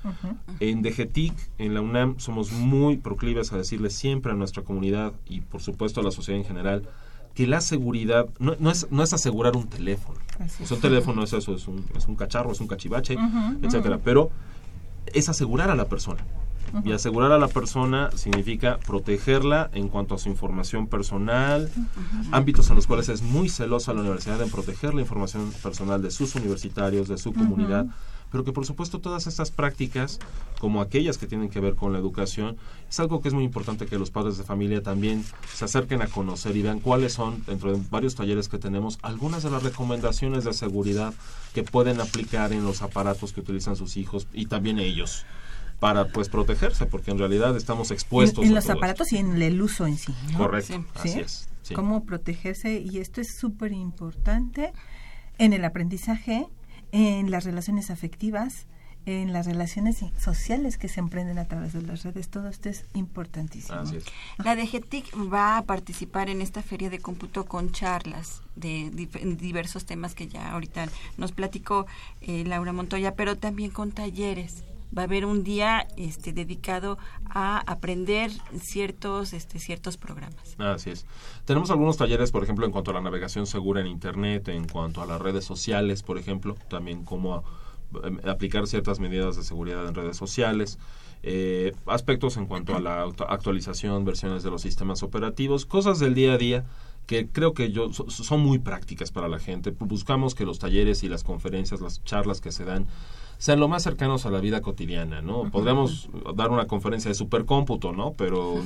En DGTIC, en la UNAM, somos muy proclives a decirle siempre a nuestra comunidad y por supuesto a la sociedad en general que la seguridad no es asegurar un teléfono. O sea, un teléfono es eso, es un cacharro, es un cachivache, etcétera, pero es asegurar a la persona. Y asegurar a la persona significa protegerla en cuanto a su información personal, ámbitos en los cuales es muy celosa la universidad en proteger la información personal de sus universitarios, de su comunidad, pero que por supuesto todas estas prácticas, como aquellas que tienen que ver con la educación, es algo que es muy importante que los padres de familia también se acerquen a conocer y vean cuáles son, dentro de varios talleres que tenemos, algunas de las recomendaciones de seguridad que pueden aplicar en los aparatos que utilizan sus hijos y también ellos, para pues protegerse, porque en realidad estamos expuestos en los aparatos y en el uso en sí, ¿no? Correcto, así es. Sí. Cómo protegerse, y esto es súper importante en el aprendizaje, en las relaciones afectivas, en las relaciones sociales que se emprenden a través de las redes. Todo esto es importantísimo. Así es. La DGTIC va a participar en esta feria de cómputo con charlas de diversos temas que ya ahorita nos platicó Laura Montoya, pero también con talleres. Va a haber un día dedicado a aprender ciertos programas. Así es. Tenemos algunos talleres, por ejemplo, en cuanto a la navegación segura en Internet, en cuanto a las redes sociales, por ejemplo, también cómo aplicar ciertas medidas de seguridad en redes sociales, aspectos en cuanto a la actualización, versiones de los sistemas operativos, cosas del día a día que creo que son muy prácticas para la gente. Buscamos que los talleres y las conferencias, las charlas que se dan, sean lo más cercanos a la vida cotidiana, ¿no? Podríamos dar una conferencia de supercómputo, ¿no? Pero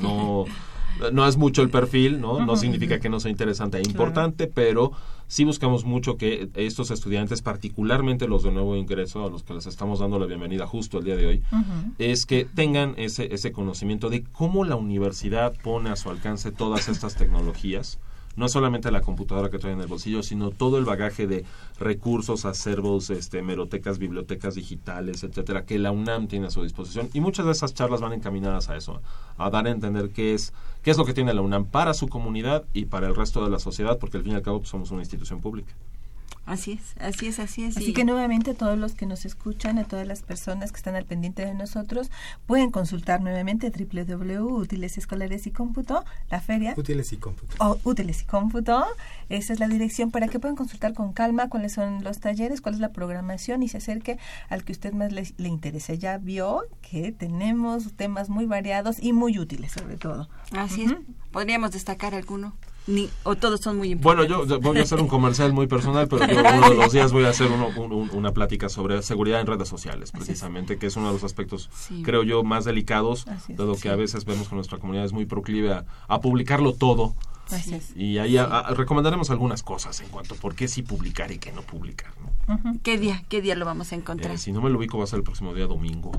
no es mucho el perfil, ¿no? No significa que no sea interesante e importante, pero sí buscamos mucho que estos estudiantes, particularmente los de nuevo ingreso, a los que les estamos dando la bienvenida justo el día de hoy, es que tengan ese conocimiento de cómo la universidad pone a su alcance todas estas tecnologías. No solamente la computadora que trae en el bolsillo, sino todo el bagaje de recursos, acervos, hemerotecas, bibliotecas digitales, etcétera, que la UNAM tiene a su disposición. Y muchas de esas charlas van encaminadas a eso, a dar a entender qué es lo que tiene la UNAM para su comunidad y para el resto de la sociedad, porque al fin y al cabo pues, somos una institución pública. Así es. Así que nuevamente todos los que nos escuchan, a todas las personas que están al pendiente de nosotros, pueden consultar nuevamente www.Útiles Escolares y Cómputo, la feria. Útiles y Cómputo. Útiles y Cómputo. Esa es la dirección para que puedan consultar con calma cuáles son los talleres, cuál es la programación y se acerque al que usted más le interese. Ya vio que tenemos temas muy variados y muy útiles sobre todo. Así es. ¿Podríamos destacar alguno? ¿O todos son muy importantes? Bueno, yo voy a hacer un comercial muy personal, pero yo uno de los días voy a hacer una plática sobre seguridad en redes sociales, precisamente, que es uno de los aspectos, creo yo, más delicados, dado que a veces vemos que nuestra comunidad es muy proclive a publicarlo todo, Y ahí recomendaremos algunas cosas en cuanto a por qué sí publicar y qué no publicar, ¿no? ¿Qué día lo vamos a encontrar? Si no me lo ubico, va a ser el próximo día domingo.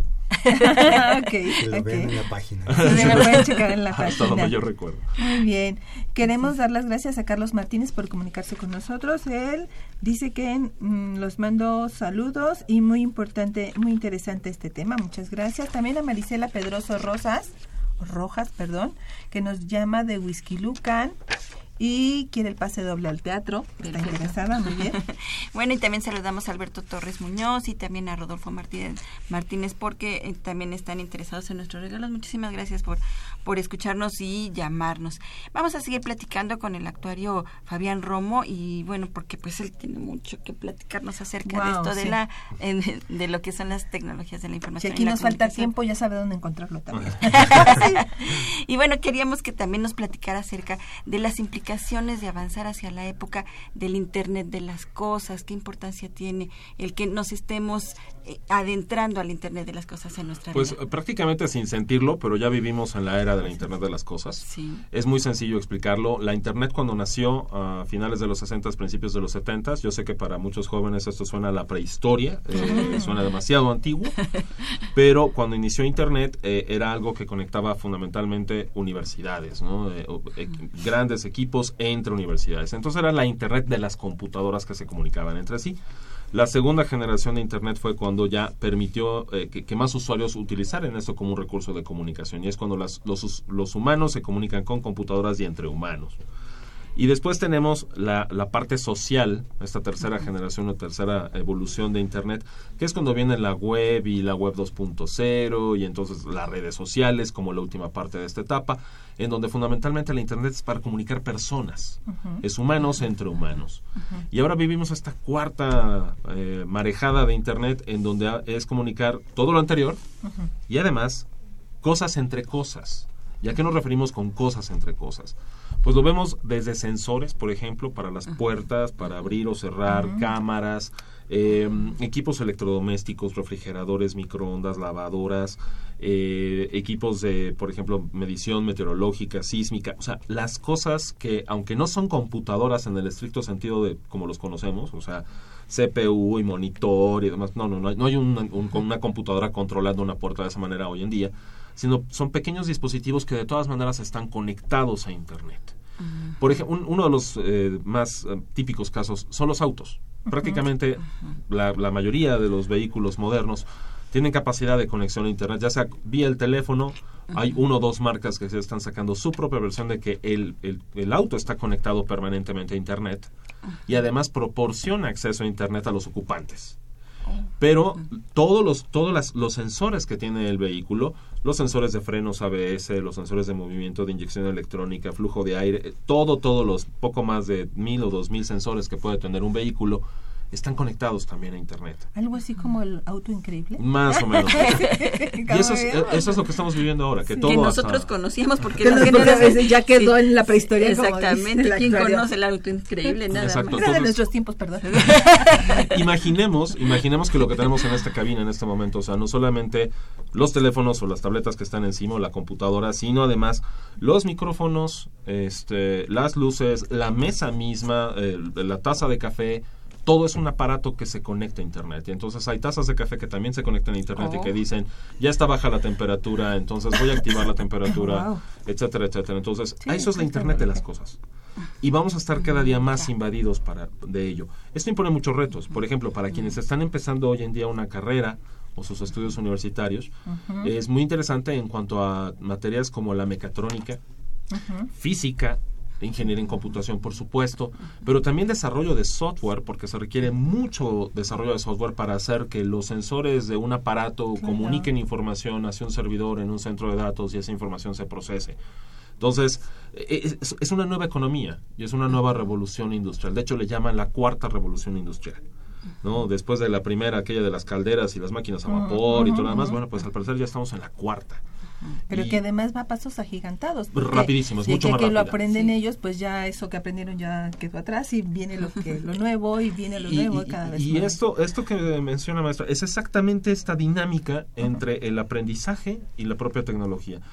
Que lo vean en la página. Sí, me pueden checar en la página. Hasta donde yo recuerdo. Muy bien. Queremos dar las gracias a Carlos Martínez por comunicarse con nosotros. Él dice que los mando saludos y muy importante, muy interesante este tema. Muchas gracias. También a Marisela Pedroso Rojas, que nos llama de Huixquilucan y quiere el pase doble al teatro. Está interesada, muy bien. Bueno, y también saludamos a Alberto Torres Muñoz y también a Rodolfo Martínez porque también están interesados en nuestros regalos. Muchísimas gracias por escucharnos y llamarnos. Vamos a seguir platicando con el actuario Fabián Romo y bueno, porque pues él tiene mucho que platicarnos acerca de esto de lo que son las tecnologías de la información. Si aquí nos falta tiempo, ya sabe dónde encontrarlo también. Y bueno, queríamos que también nos platicara acerca de las implicaciones de avanzar hacia la época del Internet de las cosas. ¿Qué importancia tiene el que nos estemos adentrando al Internet de las cosas en nuestra vida? Pues prácticamente sin sentirlo, pero ya vivimos en la era de la Internet de las cosas. Sí. Es muy sencillo explicarlo. La Internet cuando nació a finales de los 60, principios de los 70, yo sé que para muchos jóvenes esto suena a la prehistoria, suena demasiado antiguo, pero cuando inició Internet era algo que conectaba fundamentalmente universidades, ¿no? Grandes equipos entre universidades. Entonces era la Internet de las computadoras que se comunicaban entre sí. La segunda generación de Internet fue cuando ya permitió que más usuarios utilizaran esto como un recurso de comunicación, y es cuando los humanos se comunican con computadoras y entre humanos. Y después tenemos la parte social, esta tercera generación o tercera evolución de Internet, que es cuando viene la web y la web 2.0 y entonces las redes sociales como la última parte de esta etapa, en donde fundamentalmente la Internet es para comunicar personas, es humanos entre humanos. Y ahora vivimos esta cuarta marejada de Internet en donde es comunicar todo lo anterior y además cosas entre cosas. ¿Y a qué nos referimos con cosas entre cosas? Pues lo vemos desde sensores, por ejemplo, para las puertas, para abrir o cerrar, cámaras, equipos electrodomésticos, refrigeradores, microondas, lavadoras, equipos de, por ejemplo, medición meteorológica, sísmica. O sea, las cosas que, aunque no son computadoras en el estricto sentido de como los conocemos, o sea, CPU y monitor y demás, no hay una computadora controlando una puerta de esa manera hoy en día, sino son pequeños dispositivos que de todas maneras están conectados a Internet. Por ejemplo, uno de los más típicos casos son los autos. Prácticamente la mayoría de los vehículos modernos tienen capacidad de conexión a Internet, ya sea vía el teléfono. Hay 1 o 2 marcas que se están sacando su propia versión de que el auto está conectado permanentemente a Internet y además proporciona acceso a Internet a los ocupantes. Pero todos los sensores que tiene el vehículo, los sensores de frenos ABS, los sensores de movimiento, de inyección electrónica, flujo de aire, todos los poco más de 1,000 o 2,000 sensores que puede tener un vehículo están conectados también a Internet. ¿Algo así como el auto increíble? Más o menos. Y eso es lo que estamos viviendo ahora. Que nosotros conocíamos porque ya quedó en la prehistoria. Exactamente. ¿Quién conoce el auto increíble? Nada más. Era de nuestros tiempos, perdón. Imaginemos que lo que tenemos en esta cabina en este momento, o sea, no solamente los teléfonos o las tabletas que están encima o la computadora, sino además los micrófonos, las luces, la mesa misma, la taza de café. Todo es un aparato que se conecta a Internet. Y entonces hay tazas de café que también se conectan a Internet y que dicen, ya está baja la temperatura, entonces voy a activar la temperatura, etcétera, etcétera. Entonces, eso es la Internet de las cosas. Y vamos a estar cada día más invadidos de ello. Esto impone muchos retos. Por ejemplo, para quienes están empezando hoy en día una carrera o sus estudios universitarios, es muy interesante en cuanto a materias como la mecatrónica, física, ingeniería en computación, por supuesto, pero también desarrollo de software, porque se requiere mucho desarrollo de software para hacer que los sensores de un aparato comuniquen información hacia un servidor en un centro de datos y esa información se procese. Entonces, es una nueva economía y es una nueva revolución industrial. De hecho, le llaman la cuarta revolución industrial, ¿no? Después de la primera, aquella de las calderas y las máquinas a vapor y todo lo demás, bueno, pues al parecer ya estamos en la cuarta. Pero que además va a pasos agigantados. Rapidísimos, mucho más rápido. Que lo aprenden ellos, pues ya eso que aprendieron ya quedó atrás y viene lo nuevo y viene lo nuevo cada vez más. Y esto que menciona, maestra, es exactamente esta dinámica entre el aprendizaje y la propia tecnología.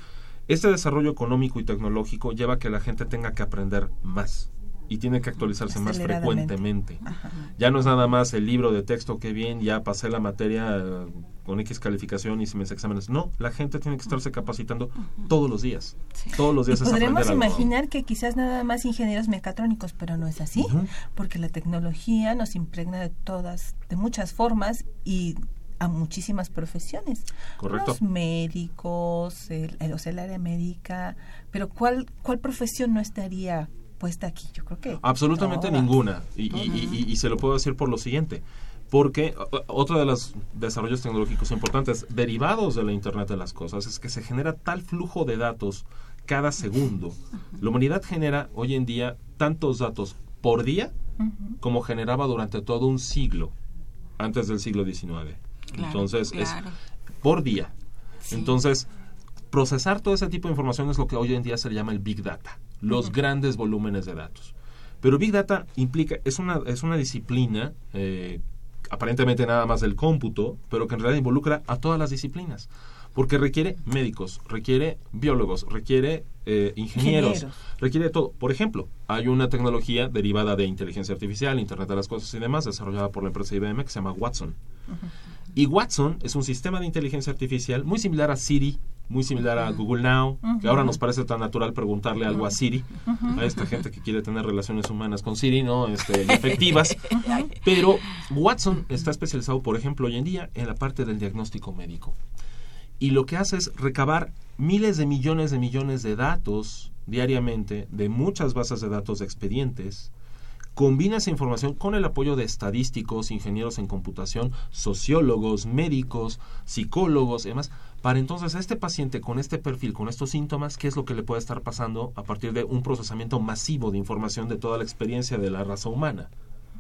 Este desarrollo económico y tecnológico lleva a que la gente tenga que aprender más y tiene que actualizarse más frecuentemente. Ajá. Ya no es nada más el libro de texto, qué bien, ya pasé la materia con X calificación y si me hice exámenes. No, la gente tiene que estarse capacitando todos los días. Sí. Todos los días. Podremos imaginar que quizás nada más ingenieros mecatrónicos, pero no es así, porque la tecnología nos impregna de muchas formas y a muchísimas profesiones. Correcto. Los médicos, el área médica, pero ¿cuál profesión no estaría puesta aquí? Yo creo que absolutamente ninguna. Y se lo puedo decir por lo siguiente, porque otro de los desarrollos tecnológicos importantes derivados de la Internet de las Cosas es que se genera tal flujo de datos cada segundo. La humanidad genera hoy en día tantos datos por día como generaba durante todo un siglo antes del siglo XIX. Claro, entonces es por día. Sí. Entonces procesar todo ese tipo de información es lo que hoy en día se le llama el Big Data, los grandes volúmenes de datos. Pero Big Data es una disciplina aparentemente nada más del cómputo, pero que en realidad involucra a todas las disciplinas, porque requiere médicos, requiere biólogos, requiere ingenieros, requiere todo. Por ejemplo, hay una tecnología derivada de inteligencia artificial, Internet de las Cosas y demás, desarrollada por la empresa IBM, que se llama Watson. Y Watson es un sistema de inteligencia artificial muy similar a Siri, muy similar a Google Now, que ahora nos parece tan natural preguntarle algo a Siri, a esta gente que quiere tener relaciones humanas con Siri, ¿no? Efectivas. Pero Watson está especializado, por ejemplo, hoy en día en la parte del diagnóstico médico. Y lo que hace es recabar miles de millones de datos diariamente de muchas bases de datos de expedientes, combina esa información con el apoyo de estadísticos, ingenieros en computación, sociólogos, médicos, psicólogos y demás, para entonces a este paciente con este perfil, con estos síntomas, qué es lo que le puede estar pasando a partir de un procesamiento masivo de información de toda la experiencia de la raza humana.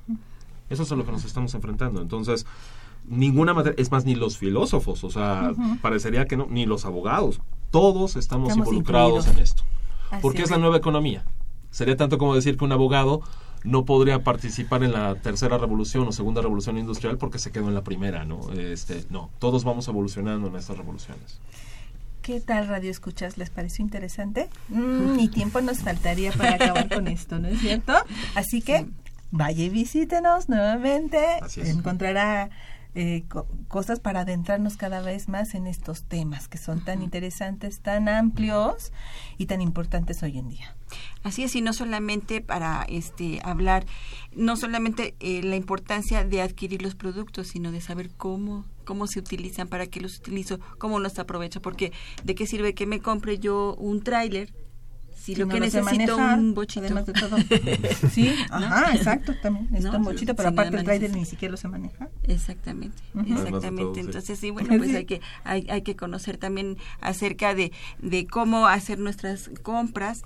Eso es a lo que nos estamos enfrentando. Entonces, ninguna materia, es más, ni los filósofos, o sea, parecería que no, ni los abogados, todos estamos involucrados en esto. Porque es la nueva economía. Sería tanto como decir que un abogado no podría participar en la tercera revolución o segunda revolución industrial porque se quedó en la primera, ¿no? No, todos vamos evolucionando en estas revoluciones. ¿Qué tal, Radio Escuchas? ¿Les pareció interesante? Ni tiempo nos faltaría para acabar con esto, ¿no es cierto? Así que vaya y visítenos nuevamente. Encontrará cosas para adentrarnos cada vez más en estos temas que son tan interesantes, tan amplios y tan importantes hoy en día. Así es, y no solamente para hablar, no solamente la importancia de adquirir los productos, sino de saber cómo se utilizan, para qué los utilizo, cómo los aprovecho, porque ¿de qué sirve que me compre yo un tráiler si lo que necesito un bochito? Además de todo. Sí, ajá, exacto, también necesito un bochito, pero aparte el tráiler ni siquiera lo sé manejar. Exactamente. Entonces, sí, bueno, pues hay que conocer también acerca de cómo hacer nuestras compras,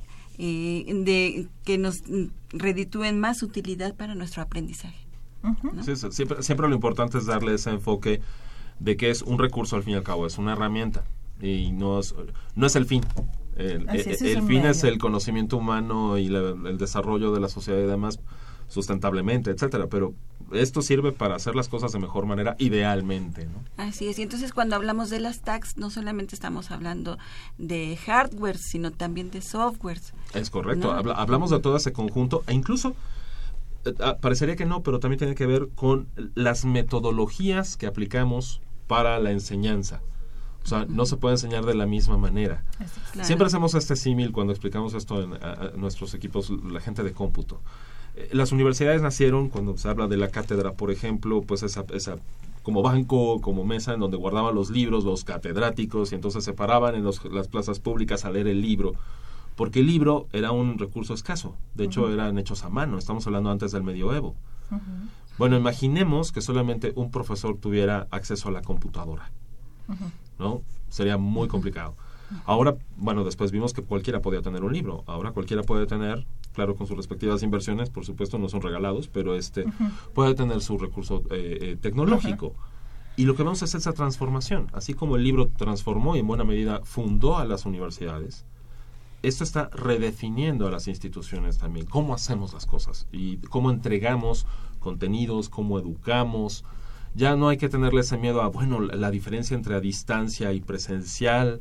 de que nos reditúen más utilidad para nuestro aprendizaje. ¿No? Sí, siempre lo importante es darle ese enfoque de que es un recurso, al fin y al cabo, es una herramienta y no es el fin. El fin es el conocimiento humano y el desarrollo de la sociedad y demás sustentablemente, etcétera, pero esto sirve para hacer las cosas de mejor manera, idealmente, ¿no? Así es, y entonces cuando hablamos de las TACs, no solamente estamos hablando de hardware, sino también de software. Es correcto, ¿no? Hablamos de todo ese conjunto, e incluso parecería que no, pero también tiene que ver con las metodologías que aplicamos para la enseñanza. O sea, no se puede enseñar de la misma manera. Claro. Siempre hacemos este símil cuando explicamos esto a nuestros equipos, la gente de cómputo. Las universidades nacieron cuando se habla de la cátedra, por ejemplo, pues esa como banco, como mesa en donde guardaban los libros, los catedráticos, y entonces se paraban en las plazas públicas a leer el libro, porque el libro era un recurso escaso. De hecho, eran hechos a mano. Estamos hablando antes del medioevo. Bueno, imaginemos que solamente un profesor tuviera acceso a la computadora. ¿No? Sería muy complicado. Ahora, bueno, después vimos que cualquiera podía tener un libro. Ahora cualquiera puede tener, claro, con sus respectivas inversiones, por supuesto no son regalados, pero puede tener su recurso tecnológico. Y lo que vemos es esa transformación. Así como el libro transformó y en buena medida fundó a las universidades, esto está redefiniendo a las instituciones también. Cómo hacemos las cosas y cómo entregamos contenidos, cómo educamos. Ya no hay que tenerle ese miedo a, bueno, la diferencia entre a distancia y presencial.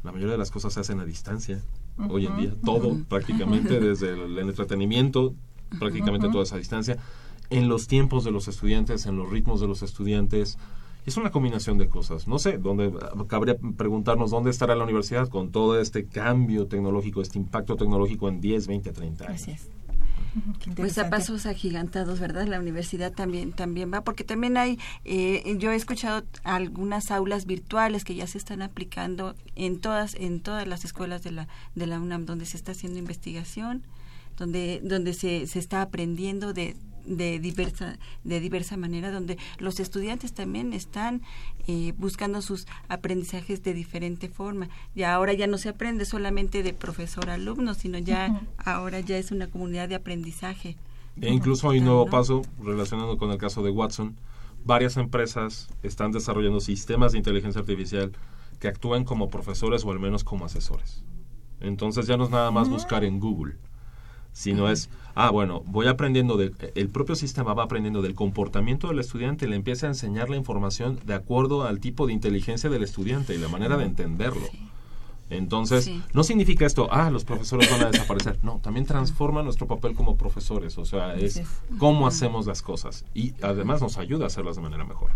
La mayoría de las cosas se hacen a distancia hoy en día, todo prácticamente, desde el entretenimiento, prácticamente todo es a distancia, en los tiempos de los estudiantes, en los ritmos de los estudiantes. Es una combinación de cosas. No sé, cabría preguntarnos dónde estará la universidad con todo este cambio tecnológico, este impacto tecnológico en 10, 20, 30 años. Así es. Pues a pasos agigantados, ¿verdad? La universidad también va, porque también hay, yo he escuchado algunas aulas virtuales que ya se están aplicando en todas las escuelas de la UNAM, donde se está haciendo investigación, donde se está aprendiendo de diversa manera, donde los estudiantes también están buscando sus aprendizajes de diferente forma. Ya ahora ya no se aprende solamente de profesor-alumno, sino ya ahora ya es una comunidad de aprendizaje. E incluso hay un nuevo paso relacionado con el caso de Watson. Varias empresas están desarrollando sistemas de inteligencia artificial que actúan como profesores o al menos como asesores. Entonces ya no es nada más buscar en Google, sino es, voy aprendiendo, el propio sistema va aprendiendo del comportamiento del estudiante y le empieza a enseñar la información de acuerdo al tipo de inteligencia del estudiante y la manera de entenderlo. Entonces, no significa esto, los profesores van a desaparecer. No, también transforma nuestro papel como profesores, o sea, es cómo hacemos las cosas y además nos ayuda a hacerlas de manera mejor.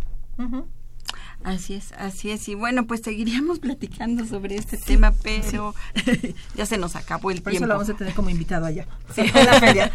Así es. Y bueno, pues seguiríamos platicando sobre este tema, pero ya se nos acabó el tiempo. Por eso lo vamos a tener como invitado allá. Sí, a la feria.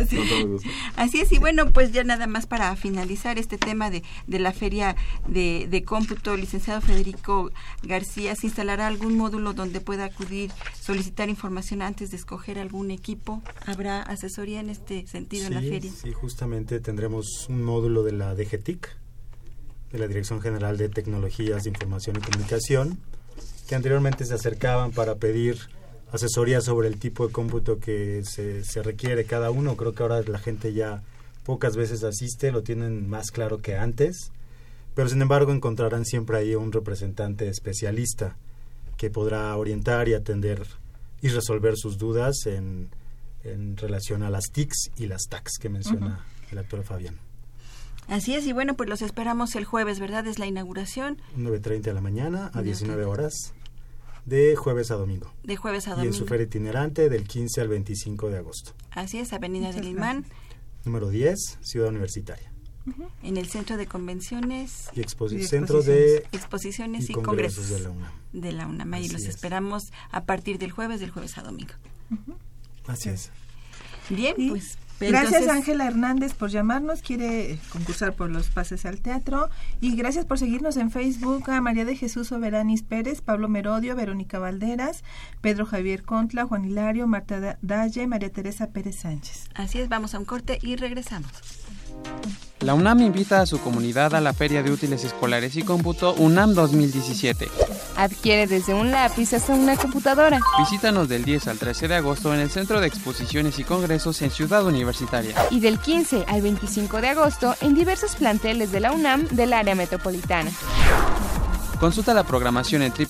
Así es. Y bueno, pues ya nada más para finalizar este tema de la feria de cómputo, licenciado Federico García, ¿se instalará algún módulo donde pueda acudir, solicitar información antes de escoger algún equipo? ¿Habrá asesoría en este sentido en la feria? Sí, justamente tendremos un módulo de la DGTIC, de la Dirección General de Tecnologías de Información y Comunicación, que anteriormente se acercaban para pedir asesoría sobre el tipo de cómputo que se requiere cada uno. Creo que ahora la gente ya pocas veces asiste, lo tienen más claro que antes, pero sin embargo encontrarán siempre ahí un representante especialista que podrá orientar y atender y resolver sus dudas en relación a las TICs y las TACs que menciona el doctor Fabián. Así es, y bueno, pues los esperamos el jueves, ¿verdad? Es la inauguración. 9:30 de la mañana a 19 horas, de jueves a domingo. De jueves a domingo. Y en su feria itinerante del 15 al 25 de agosto. Así es, Avenida del Imán. Número 10, Ciudad Universitaria. En el Centro de Convenciones y Centro de Exposiciones y Congresos de la UNAM. De la UNAM, y los esperamos a partir del jueves a domingo. Así es. Bien, pues... Gracias Ángela Hernández por llamarnos, quiere concursar por los pases al teatro, y gracias por seguirnos en Facebook a María de Jesús Overanis Pérez, Pablo Merodio, Verónica Valderas, Pedro Javier Contla, Juan Hilario, Marta Dalle, María Teresa Pérez Sánchez. Así es, vamos a un corte y regresamos. La UNAM invita a su comunidad a la Feria de Útiles Escolares y Cómputo UNAM 2017. Adquiere desde un lápiz hasta una computadora. Visítanos del 10 al 13 de agosto en el Centro de Exposiciones y Congresos en Ciudad Universitaria. Y del 15 al 25 de agosto en diversos planteles de la UNAM del área metropolitana. Consulta la programación en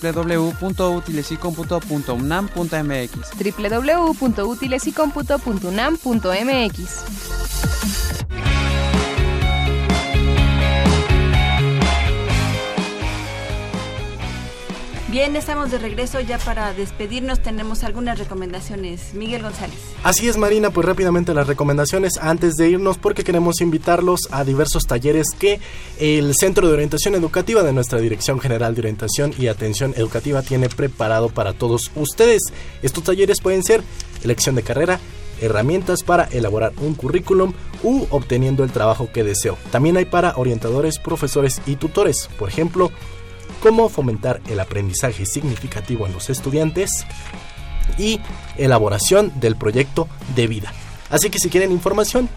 www.utilesycomputo.unam.mx. www.utilesycomputo.unam.mx. Bien, estamos de regreso ya para despedirnos. Tenemos algunas recomendaciones. Miguel González. Así es, Marina, pues rápidamente las recomendaciones antes de irnos, porque queremos invitarlos a diversos talleres que el Centro de Orientación Educativa de nuestra Dirección General de Orientación y Atención Educativa tiene preparado para todos ustedes. Estos talleres pueden ser elección de carrera, herramientas para elaborar un currículum u obteniendo el trabajo que deseo. También hay para orientadores, profesores y tutores, por ejemplo, cómo fomentar el aprendizaje significativo en los estudiantes y elaboración del proyecto de vida. Así que si quieren información,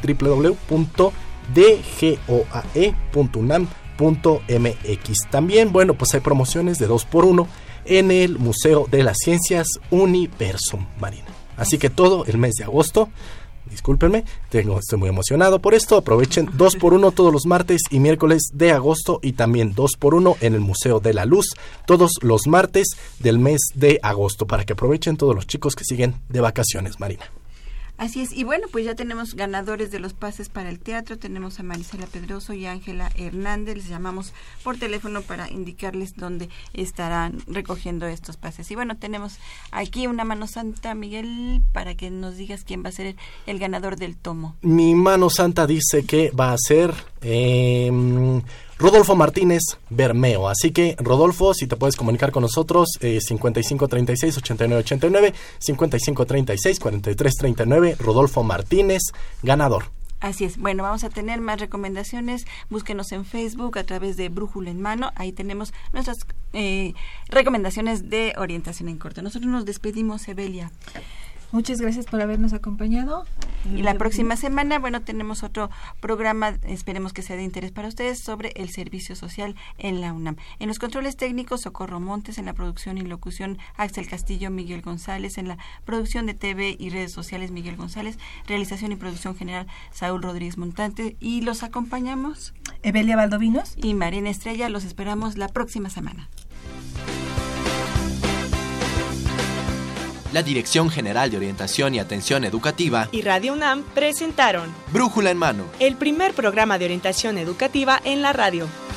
www.dgoae.unam.mx. También, bueno, pues hay promociones de 2x1 en el Museo de las Ciencias Universum, Marina. Así que todo el mes de agosto, discúlpenme, estoy muy emocionado por esto. Aprovechen 2x1 todos los martes y miércoles de agosto, y también 2x1 en el Museo de la Luz todos los martes del mes de agosto, para que aprovechen todos los chicos que siguen de vacaciones, Marina. Así es, y bueno, pues ya tenemos ganadores de los pases para el teatro, tenemos a Marisela Pedroso y Ángela Hernández, les llamamos por teléfono para indicarles dónde estarán recogiendo estos pases. Y bueno, tenemos aquí una mano santa, Miguel, para que nos digas quién va a ser el ganador del tomo. Mi mano santa dice que va a ser Rodolfo Martínez Bermeo. Así que, Rodolfo, si te puedes comunicar con nosotros, 5536-8989, 5536-4339, Rodolfo Martínez, ganador. Así es. Bueno, vamos a tener más recomendaciones. Búsquenos en Facebook a través de Brújula en Mano. Ahí tenemos nuestras recomendaciones de orientación en corto. Nosotros nos despedimos, Evelia. Muchas gracias por habernos acompañado. Y la próxima semana, bueno, tenemos otro programa, esperemos que sea de interés para ustedes, sobre el servicio social en la UNAM. En los controles técnicos, Socorro Montes; en la producción y locución, Axel Castillo, Miguel González; en la producción de TV y redes sociales, Miguel González; realización y producción general, Saúl Rodríguez Montante; y los acompañamos Evelia Valdovinos y Marina Estrella. Los esperamos la próxima semana. La Dirección General de Orientación y Atención Educativa y Radio UNAM presentaron Brújula en Mano, el primer programa de orientación educativa en la radio.